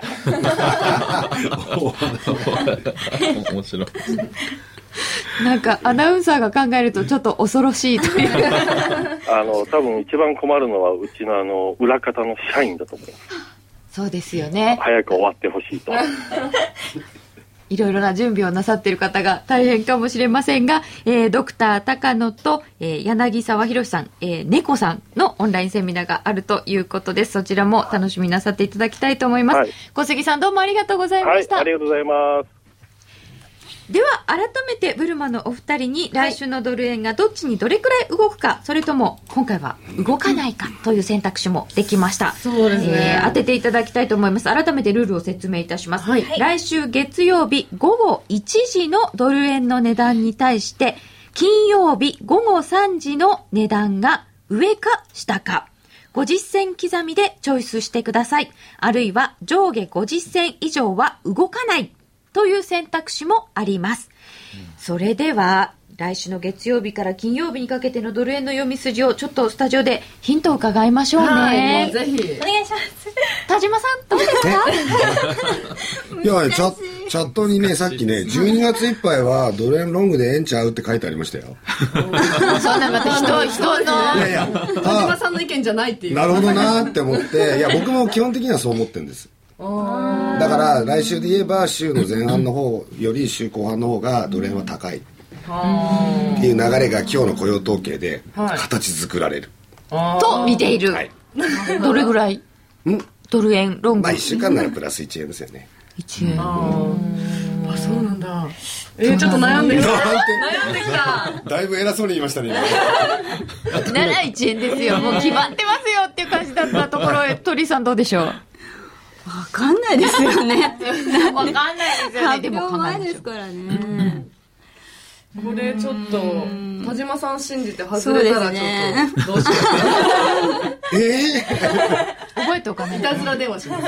と。面白い。 なんかアナウンサーが考えるとちょっと恐ろしいというあの多分一番困るのはうちのあの裏方の社員だと思います。 そうですよね。 早く終わってほしいと。 いろいろな準備をなさっている方が大変かもしれませんが、えー、ドクター高野と、えー、柳沢博さん、えー、猫さんのオンラインセミナーがあるということです。そちらも楽しみなさっていただきたいと思います。はい、小杉さんどうもありがとうございました。 はい、ありがとうございます。 では改めてブルマのお二人に来週のドル円がどっちにどれくらい動くか、それとも今回は動かないかという選択肢もできました。 そうですね、 えー、当てていただきたいと思います。改めてルールを説明いたします、はい、来週月曜日ごごいちじのドル円の値段に対して金曜日ごごさんじの値段が上か下かごじゅっ銭刻みでチョイスしてください。あるいは上下ごじゅっ銭以上は動かないという選択肢もあります、うん、それでは来週の月曜日から金曜日にかけてのドル円の読み筋をちょっとスタジオでヒントを伺いましょうね。 はい、もうぜひお願いします。 田島さんどうですか？ いやチャ、チャットにねさっきねじゅうにがついっぱいはドル円ロングでええんちゃうって書いてありましたよ。 そんなまた人人のいやいや田島さんの意見じゃないっていう。 なるほどなって思っていや僕も基本的にはそう思ってるんです。だから来週で言えば週の前半の方より週後半の方がドル円は高いっていう流れが今日の雇用統計で形作られる、 はい、と見ている、はい、どれぐらいドル円ロング、 まあ、いっしゅうかんならプラスいちえんですよね。 いちえん。 あ、そうなんだ。えー、ちょっと悩んできた。悩んできた。 だいぶ偉そうに言いましたね。 ならいちえんですよ。もう決まってますよっていう感じだったところへ、鳥さんどうでしょう。 わかんないですよね。 わかんないですよね。 でも前ですからね。 これちょっと田島さん信じて外れたらちょっとどうしよう。ええー、覚えておかない。 いたずら電話します。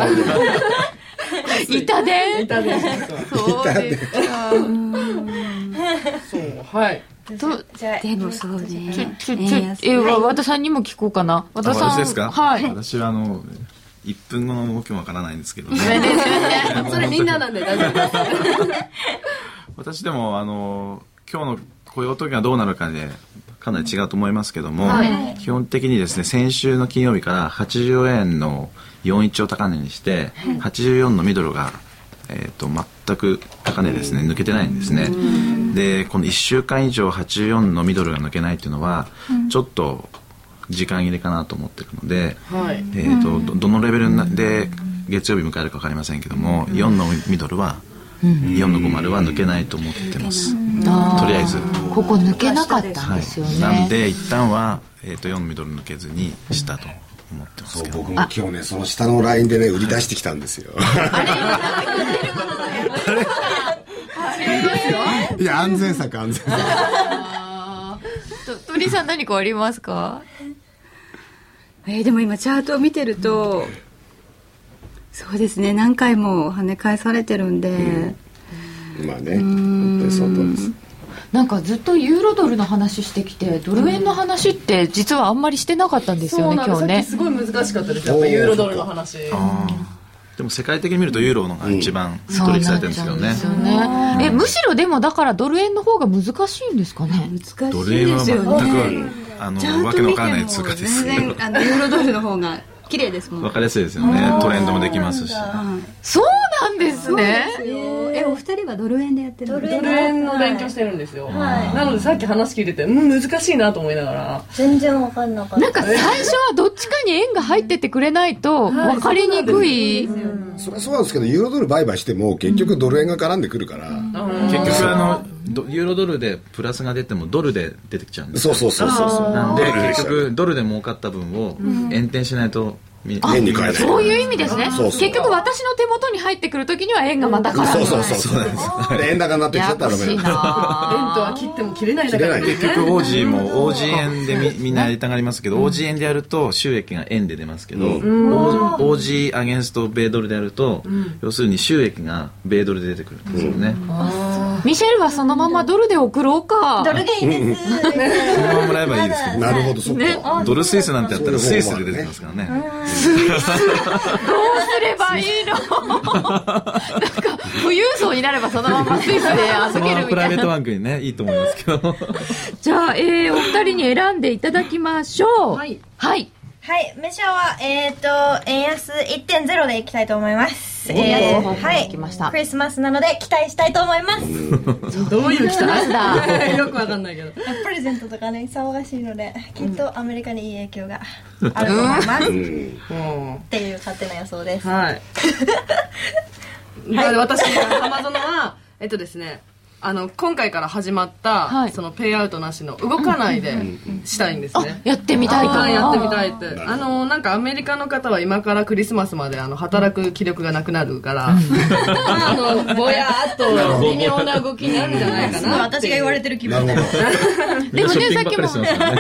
いたで。 いたで。 そうですか。 そう、はい。 でもそうね。 ちょちょちょえ和田さんにも聞こうかな。和田さん。 私ですか。 はい。 私はあのいっぷんごの動きもわからないんですけどね。 それみんななんで大丈夫です。 私でもあの今日の雇用統計がどうなるかでかなり違うと思いますけども、はい、基本的にですね先週の金曜日からはちじゅうえんのよんいちを高値にして、はい、はちじゅうよんのミドルが、えー、と全く高値ですね抜けてないんですね。でこのいっしゅうかん以上はちじゅうよんのミドルが抜けないっていうのは、うん、ちょっと時間切れかなと思ってるので、はい、えー、と ど, どのレベルで月曜日迎えるか分かりませんけども、うん、よんのミドルはよんのごじゅうは抜けないと思ってます。とりあえずここ抜けなかったんですよね。 はい、なんで一旦は、えー、とよんのミドル抜けずにしたと思ってますけど。 そう僕も今日ねその下のラインでね売り出してきたんですよ。あれいや安全策安全策。 鳥さん何かありますか。 えー、でも今チャートを見てると、うん、そうですね何回も跳ね返されてるんで、 うん、まあね本当にそうです。 なんかずっとユーロドルの話してきてドル円の話って実はあんまりしてなかったんですよね、 うん、今日ね。すごい難しかったですやっぱユーロドルの話。 でも世界的に見るとユーロのが一番取引されてるんですよね。 そうなんですよね。えむしろでもだからドル円の方が難しいんですかね。 難しいですよね。 ドル円は全くあのわけのわからない通貨です。 全然あのユーロドルの方が綺麗ですもん。 わかりやすいですよね。トレンドもできますし。 そうなんですね。 えお二人はドル円でやってるんですか。 ドル円の勉強してるんですよ。はい、なのでさっき話聞いてて、うん、難しいなと思いながら全然わかんなかった。 なんか最初はどっちかに円が入っててくれないと分かりにくい。 それはそうなんですけどユーロドル売買しても結局ドル円が絡んでくるから、うん、 結局あのユーロドルでプラスが出てもドルで出てきちゃうんです。 そうそうそうそう。 なんで結局ドルで儲かった分を円転しないと、 円に変えない。 そういう意味ですね。そうそう結局私の手元に入ってくるときには円がまた絡む。 そうそうそうそうなんです。円高になってきちゃったらダメ。円とは切っても切れないだから、ね、 結局オージーもオージー円で み, みんなやりたがりますけど、うん、オージー円でやると収益が円で出ますけど、うん、オージーアゲンスト米ドルでやると、うん、要するに収益が米ドルで出てくるんですよね。 うん、ミシェルはそのままドルで送ろうか。 ドルでいいです。そのままもらえばいいですけど。 なるほどそっか、ね。 ドルスイスなんてやったらスイスで出てきますからね。 スイスどうすればいいの。なんか富裕層になればそのままスイスで預けるみたいな。 プライベートバンクにねいいと思いますけど。 じゃあ、えー、お二人に選んでいただきましょう。はいはいはい、メシャはえっ、ー、と円安 いってんゼロ でいきたいと思います。えー、はい、クリスマスなので期待したいと思います。 どういう期待だよくわかんないけど。 プレゼントとかね騒がしいのできっとアメリカにいい影響があると思います、うん、っていう勝手な予想です。 はい。はい、私浜園はえっとですねあの今回から始まった、はい、そのペイアウトなしの動かないでしたいんですね。 やってみたいと。 やってみたいって。あのなんかアメリカの方は今からクリスマスまであの働く気力がなくなるから、あのぼやーっと微妙な動きになるんじゃないかな。 私が言われてる気分で。 でもねさっきも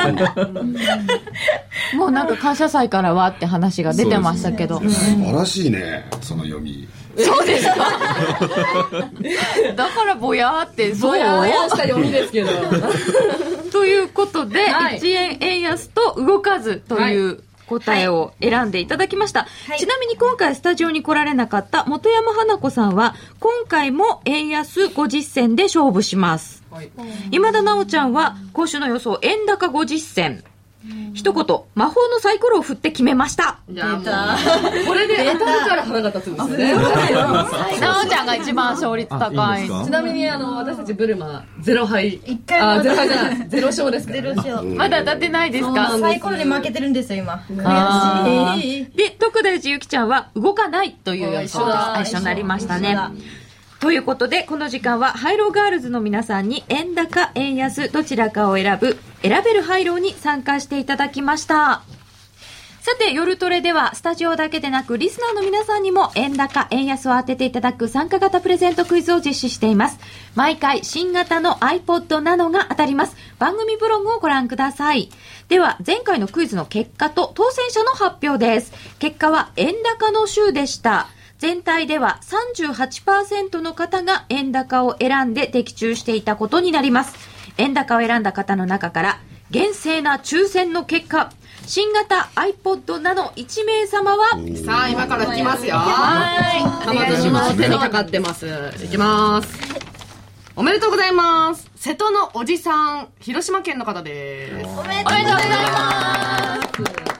もうなんか感謝祭からはって話が出てましたけど。 素晴らしいねその読み。 そうですか。だからぼやーってぼやーした読みですけど。 ということで、はい、いちえん円安と動かずという答えを選んでいただきました、はい、ちなみに今回スタジオに来られなかった本山花子さんは今回も円安ごじゅっ銭で勝負します、はい、今田直ちゃんは今週の予想円高ごじゅっ銭一言、魔法のサイコロを振って決めました。 出た。これで当たるから腹が立つんですよね。 なおちゃんが一番勝率高い。 ちなみにあの私たちブルマゼロ敗。一回もあゼロ敗じゃないゼロ勝ですから、ね。ゼロ勝。 まだ当たってないですか。 サイコロで負けてるんですよ今。悔しい。 で徳大寺ゆきちゃんは動かないという予想が一緒になりましたね。ということでこの時間はハイローガールズの皆さんに円高円安どちらかを選ぶ選べるハイローに参加していただきました。さて夜トレではスタジオだけでなくリスナーの皆さんにも円高円安を当てていただく参加型プレゼントクイズを実施しています。毎回新型の iPod ナノが当たります。番組ブログをご覧ください。では前回のクイズの結果と当選者の発表です。結果は円高の週でした。全体では さんじゅうはちパーセント の方が円高を選んで的中していたことになります。円高を選んだ方の中から厳正な抽選の結果、新型 iPod ナノいち名様はさあ今から引きますよ。はい、玉寿司も手にかかってます。いきます。おめでとうございます。瀬戸のおじさん、広島県の方です。 おめでとうございます。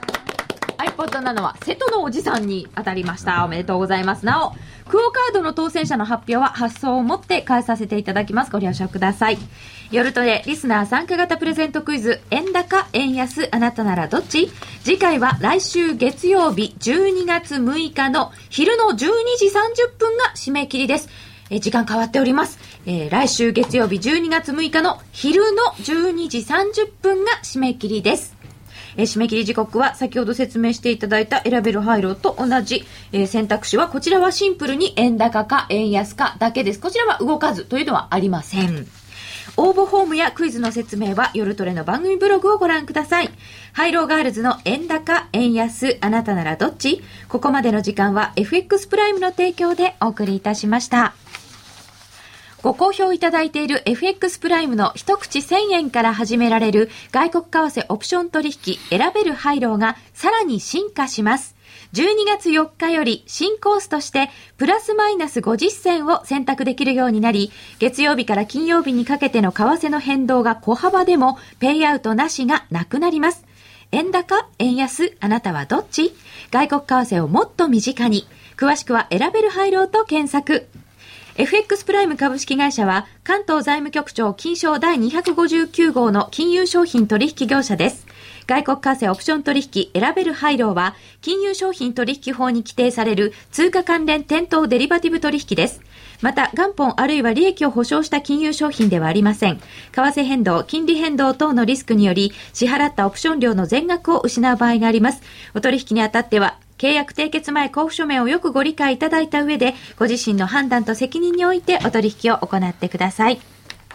iPod ナノは瀬戸のおじさんに当たりました。おめでとうございます。なおクオカードの当選者の発表は発送をもって返させていただきます。ご了承ください。夜トレリスナー参加型プレゼントクイズ円高円安あなたならどっち。次回は来週月曜日じゅうにがつむいかの昼のじゅうにじさんじゅっぷんが締め切りです。え時間変わっております。えー、来週月曜日じゅうにがつむいかの昼のじゅうにじさんじゅっぷんが締め切りです。えー、締め切り時刻は先ほど説明していただいた選べるハイローと同じ、えー、選択肢はこちらはシンプルに円高か円安かだけです。こちらは動かずというのはありません。応募フォームやクイズの説明は夜トレの番組ブログをご覧ください。ハイローガールズの円高円安あなたならどっち。ここまでの時間は エフエックス プライムの提供でお送りいたしました。ご好評いただいている エフエックス プライムの一口せんえんから始められる外国為替オプション取引選べるハイローがさらに進化します。じゅうにがつよっかより新コースとしてプラスマイナスごじゅっせんを選択できるようになり、月曜日から金曜日にかけての為替の変動が小幅でもペイアウトなしがなくなります。円高円安あなたはどっち。外国為替をもっと身近に。詳しくは選べるハイローと検索。エフエックス プライム株式会社は関東財務局長金賞だいにひゃくごじゅうきゅう号の金融商品取引業者です。外国為替オプション取引選べるハイローは金融商品取引法に規定される通貨関連店頭デリバティブ取引です。また元本あるいは利益を保証した金融商品ではありません。為替変動、金利変動等のリスクにより支払ったオプション料の全額を失う場合があります。お取引にあたっては契約締結前交付書面をよくご理解いただいた上でご自身の判断と責任においてお取引を行ってください。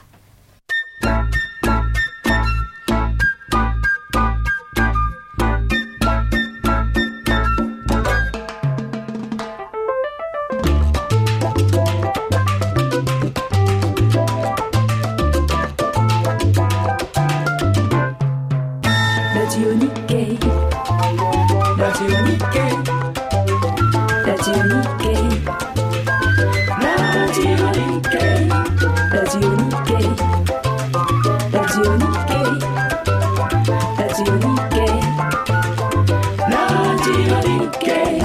ラジオ日経ラジオ日経ラジオ日経ラジオ日経ラジオ日経ラジオ日経ラジオ日経ラジオ日経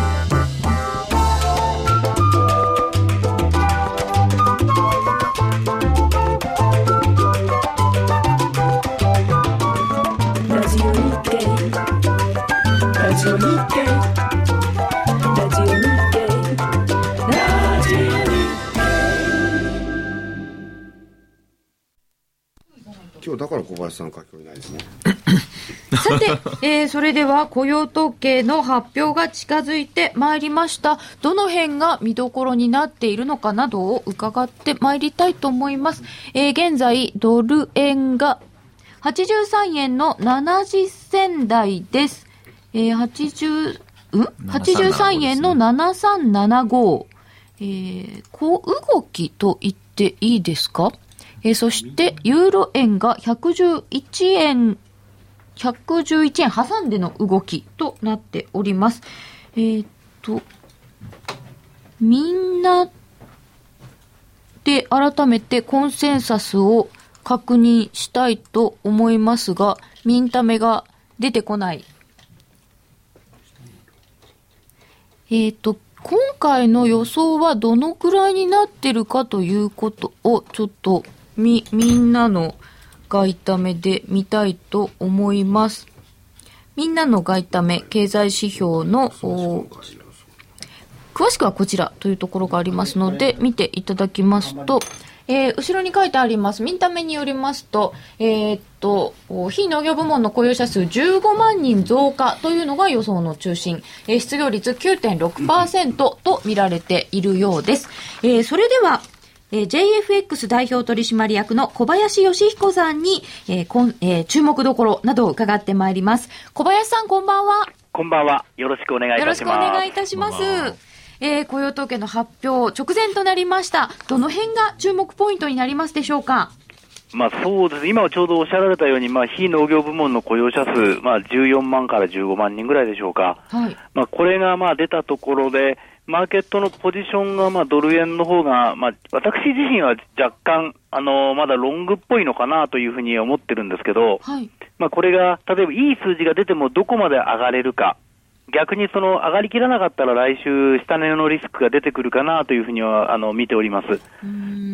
今日だから小林さん書き込みないですね。 さて、えー、それでは雇用統計の発表が近づいてまいりました。どの辺が見どころになっているのかなどを伺ってまいりたいと思います。えー、現在ドル円がはちじゅうさんえんのななじゅっ銭台です。えー、80んはちじゅうさんえんのななさんななご、えー、小動きと言っていいですか。えー、そしてユーロ円がひゃくじゅういちえんひゃくじゅういちえん挟んでの動きとなっております。えー、っとみんなで改めてコンセンサスを確認したいと思いますが、ミンタメが出てこない。えっと、今回の予想はどのくらいになってるかということをちょっとみ、みんなの外為で見たいと思います。みんなの外為経済指標の詳しくはこちらというところがありますので見ていただきますと、えー、後ろに書いてありますミンタメによりますと、えー、っと非農業部門の雇用者数じゅうごまんにん増加というのが予想の中心、えー、失業率 きゅうてんろくパーセント と見られているようです。えー、それではえー、ジェイエフエックス 代表取締役の小林義彦さんに、えーこんえー、注目どころなどを伺ってまいります。小林さん、こんばんは。 こんばんは。よろしくお願いいたします。 よろしくお願いいたします。えー、雇用統計の発表直前となりました。どの辺が注目ポイントになりますでしょうか。 まあそうです。今ちょうどおっしゃられたように、まあ非農業部門の雇用者数、まあじゅうよんまんからじゅうごまんにんぐらいでしょうか。はい。まあこれがまあ出たところで、マーケットのポジションがまあドル円の方が、まあ私自身は若干、あのー、まだロングっぽいのかなというふうに思ってるんですけど、はい。まあこれが、例えばいい数字が出てもどこまで上がれるか、逆にその上がりきらなかったら来週下値のリスクが出てくるかなというふうにはあの見ております。うん。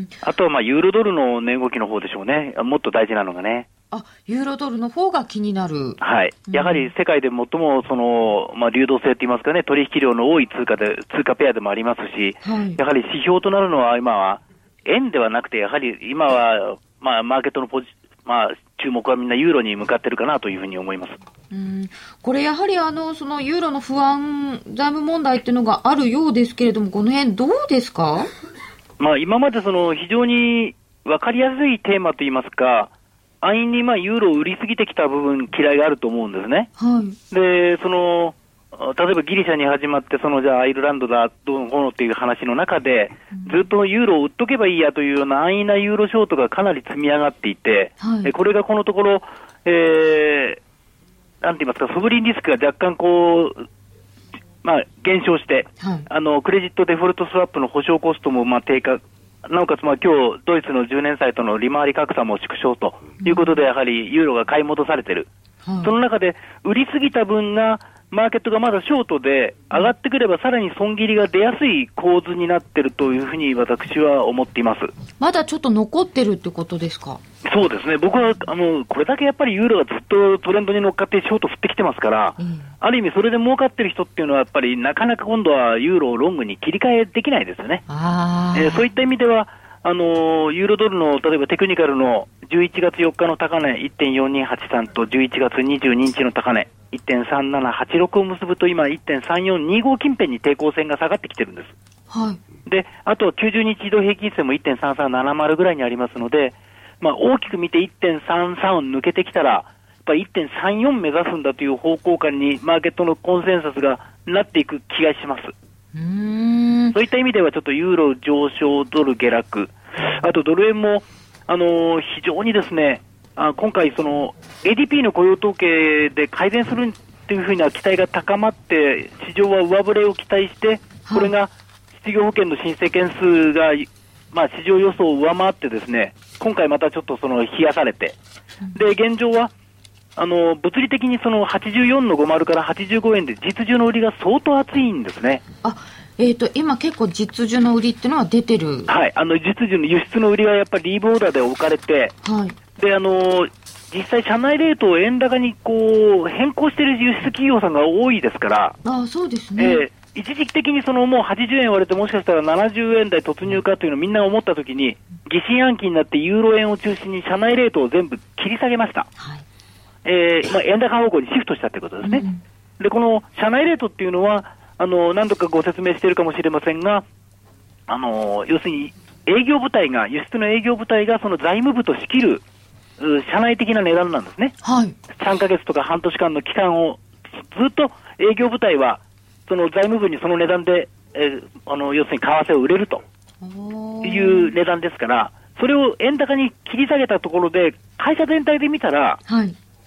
あとはまあユーロドルの値動きの方でしょうね。もっと大事なのがね。 あ、ユーロドルの方が気になる。 はい。やはり世界で最もその、まあ、流動性って言いますかね、取引量の多い通貨で、通貨ペアでもありますし、はい、やはり指標となるのは今は円ではなくて、やはり今は、まあ、マーケットのポジ、まあ、注目はみんなユーロに向かってるかなというふうに思います。 うん、これやはりあの、そのユーロの不安、財務問題っていうのがあるようですけれども、この辺どうですか？ まあ、今までその非常にわかりやすいテーマと言いますか、安易にまあユーロを売りすぎてきた部分嫌いがあると思うんですね。はい。で、その、例えばギリシャに始まって、そのじゃあアイルランドだ、どうのこうのっていう話の中で、うん、ずっとユーロを売っとけばいいやというような安易なユーロショートがかなり積み上がっていて、はい、これがこのところ、えー、なんて言いますか、ソブリンリスクが若干こう、まあ減少して、はい、あの、クレジットデフォルトスワップの保証コストもまあ低下、なおかつ、まあ、今日、ドイツのじゅうねん債との利回り格差も縮小ということで、やはりユーロが買い戻されている。うん、その中で、売りすぎた分が、マーケットがまだショートで上がってくればさらに損切りが出やすい構図になっているというふうに私は思っています。 まだちょっと残ってるってことですか？ そうですね。僕はあのこれだけやっぱりユーロがずっとトレンドに乗っかってショート振ってきてますから、うん、ある意味それで儲かってる人っていうのはやっぱりなかなか今度はユーロをロングに切り替えできないですよね。あ、えー、そういった意味ではあのユーロドルの例えばテクニカルのじゅういちがつよっかの高値 いってんよんにはちさん とじゅういちがつにじゅうににちの高値 いってんさんななはちろく を結ぶと今 いってんさんよんにご 近辺に抵抗線が下がってきてるんです。はい。で、あときゅうじゅうにち移動平均線も いってんさんさんななまる ぐらいにありますので、まあ大きく見て いってんさんさん を抜けてきたら、やっぱり いってんさんよん 目指すんだという方向感にマーケットのコンセンサスがなっていく気がします。うーん。そういった意味ではちょっとユーロ上昇ドル下落、あとドル円も、あのー、非常にですね、あ今回その エーディーピー の雇用統計で改善するというふうな期待が高まって市場は上振れを期待して、これが失業保険の申請件数が、まあ、市場予想を上回ってですね、今回またちょっとその冷やされて、で現状はあの物理的にそのはちじゅうよんのごじゅうからはちじゅうごえんで実需の売りが相当厚いんですね。 あ、えーと、今結構実需の売りっていうのは出てる。 はい、あの実需の輸出の売りはやっぱりリーブオーダーで置かれて、はい、であの実際社内レートを円高にこう変更している輸出企業さんが多いですから、 あ、そうですね、 えー、一時期的にそのもうはちじゅうえん割れてもしかしたらななじゅうえん台突入かというのをみんな思ったときに疑心暗鬼になってユーロ円を中心に社内レートを全部切り下げました。はい、えーまあ、円高方向にシフトしたということですね。うん、でこの社内レートっていうのはあの何度かご説明しているかもしれませんが、あの要するに営業部隊が輸出の営業部隊がその財務部と仕切る社内的な値段なんですね。はい、さんかげつとか半年間の期間をずっと営業部隊はその財務部にその値段で、えー、あの要するに為替を売れるという値段ですから、それを円高に切り下げたところで会社全体で見たら、はい、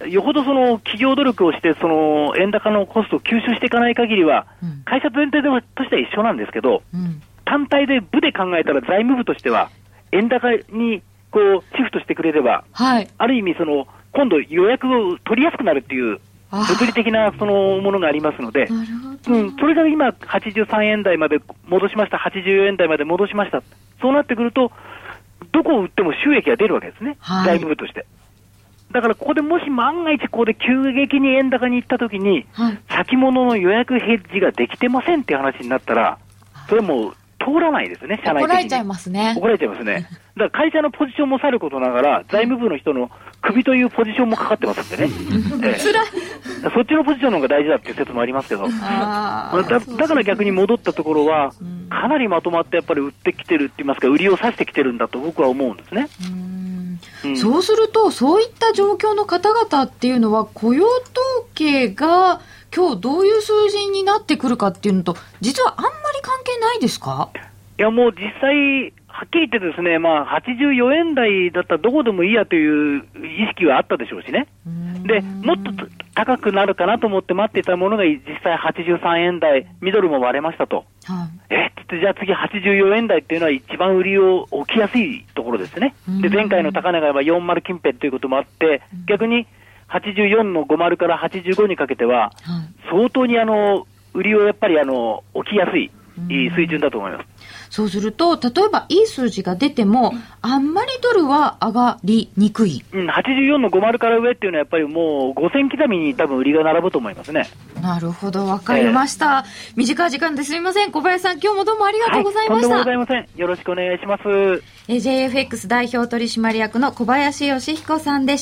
よほどその企業努力をしてその円高のコストを吸収していかない限りは、うん、会社全体としては一緒なんですけど、うん、単体で部で考えたら財務部としては円高にこうシフトしてくれれば、はい、ある意味その今度予約を取りやすくなるっていう物理的なそのものがありますので、うん、それが今はちじゅうさんえん台まで戻しました、はちじゅうよんえん台まで戻しました。そうなってくるとどこを売っても収益が出るわけですね、はい、財務部として。だからここでもし万が一ここで急激に円高に行ったときに、はい、先物の予約ヘッジができてませんっていう話になったら、それはもう通らないですね、社内的に。 怒られちゃいますね。 怒られちゃいますね。だから会社のポジションもさることながら、財務部の人の首というポジションもかかってますんでね。えー、辛い。そっちのポジションの方が大事だっていう説もありますけど、あだ, だから逆に戻ったところは、かなりまとまってやっぱり売ってきてるって言いますか、売りを指してきてるんだと僕は思うんですね。 うん、そうすると、そういった状況の方々っていうのは、雇用統計が今日どういう数字になってくるかっていうのと、実はあんまり関係ないですか？ いや、もう実際、はっきり言ってですね、まあ、はちじゅうよえん台だったらどこでもいいやという意識はあったでしょうしね。で、もっと高くなるかなと思って待っていたものが実際はちじゅうさんえん台、ミドルも割れましたと。はい、えって、じゃあ次はちじゅうよえん台っていうのは一番売りを置きやすいところですね。で、前回の高値がよんじゅう近辺ということもあって、逆にはちじゅうよんのごじゅうからはちじゅうごにかけては、相当にあの、売りをやっぱりあの、置きやすい水準だと思います。 そうすると、例えばいい数字が出ても、あんまりドルは上がりにくい。 うん、はちじゅうよんのごじゅうから上っていうのはやっぱりもうごせん刻みに多分売りが並ぶと思いますね。 なるほど、わかりました、えー、短い時間ですみません。小林さん、今日もどうもありがとうございました。 はい、とんでもございません。よろしくお願いします。 え ジェイエフエックス 代表取締役の小林義彦さんでした。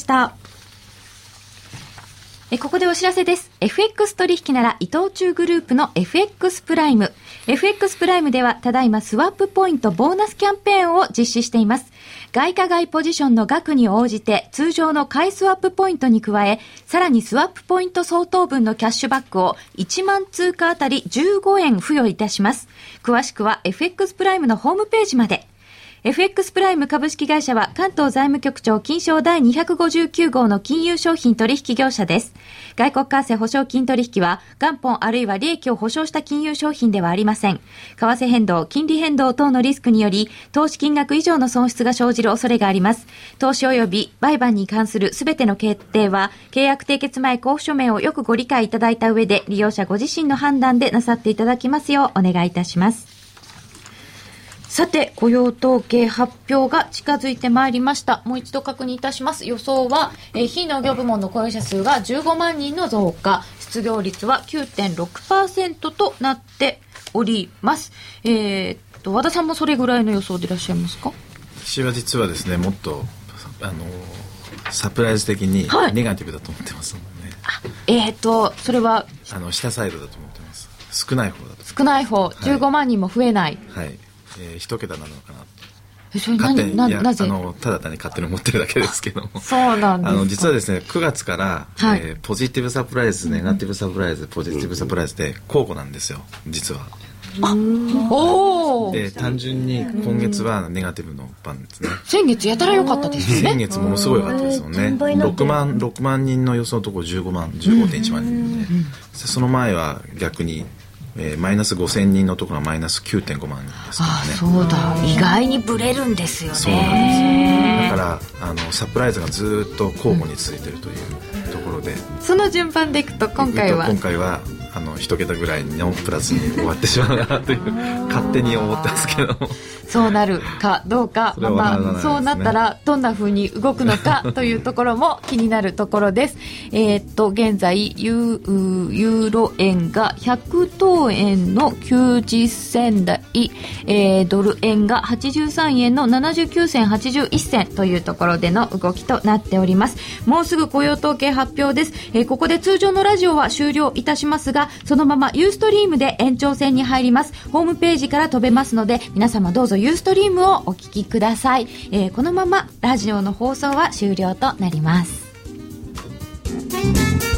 えここでお知らせです。 エフエックス 取引なら伊藤忠グループの エフエックス プライム。 エフエックス プライムではただいまスワップポイントボーナスキャンペーンを実施しています。外貨買いポジションの額に応じて通常の買いスワップポイントに加え、さらにスワップポイント相当分のキャッシュバックをいちまん通貨あたりじゅうごえん付与いたします。詳しくは エフエックス プライムのホームページまで。エフエックス プライム株式会社は関東財務局長金賞だいにひゃくごじゅうきゅう号の金融商品取引業者です。外国為替保証金取引は元本あるいは利益を保証した金融商品ではありません。為替変動、金利変動等のリスクにより投資金額以上の損失が生じる恐れがあります。投資及び売買に関するすべての決定は契約締結前交付書面をよくご理解いただいた上で利用者ご自身の判断でなさっていただきますようお願いいたします。さて、雇用統計発表が近づいてまいりました。もう一度確認いたします。予想は、えー、非農業部門の雇用者数がじゅうごまんにんの増加、失業率は きゅうてんろくパーセント となっております。えー、っと和田さんもそれぐらいの予想でいらっしゃいますか？ 私は実はですね、もっとあのサプライズ的にネガティブだと思ってますので、ね、 はい、えー、っとそれはあの下サイドだと思ってます。少ない方だと。 少ない方、じゅうごまんにんも増えない。 はい、はいえー、一桁なのかなと。 えそれ何ななぜあのただ単に勝手に思ってるだけですけどもそうなんですか。 あの実はですねくがつから、はいえー、ポジティブサプライズネガティブサプライズ、うん、ポジティブサプライズで交互なんですよ実は。 あおで単純に今月はネガティブの番ですね。 先月やたら良かったですね。 先月ものすごい良かったですよね。ろくまんろくまん人の予想のところじゅうごまん じゅうごてんいちまん人で、その前は逆にえー、マイナスごせんにんのところがマイナス きゅうてんごまん人ですからね。 あそうだ、意外にブレるんですよね。 そうなんですよ。だからあのサプライズがずっと交互に続いているというところで、うん、 その順番でいくと今回は今回はあの一桁ぐらいのプラスに終わってしまうなという勝手に思ってますけどそうなるかどうか、またそうなったらどんな風に動くのかというところも気になるところです。えー、っと現在ユー、ユーロ円がひゃくとうえんのきゅうじゅっせん台、えー、ドル円がはちじゅうさんえんのななじゅうきゅうせんはちじゅういっせんというところでの動きとなっております。もうすぐ雇用統計発表です。えー、ここで通常のラジオは終了いたしますが、そのままユーストリームで延長戦に入ります。ホームページから飛べますので皆様どうぞユーストリームをお聞きください。えー、このままラジオの放送は終了となります。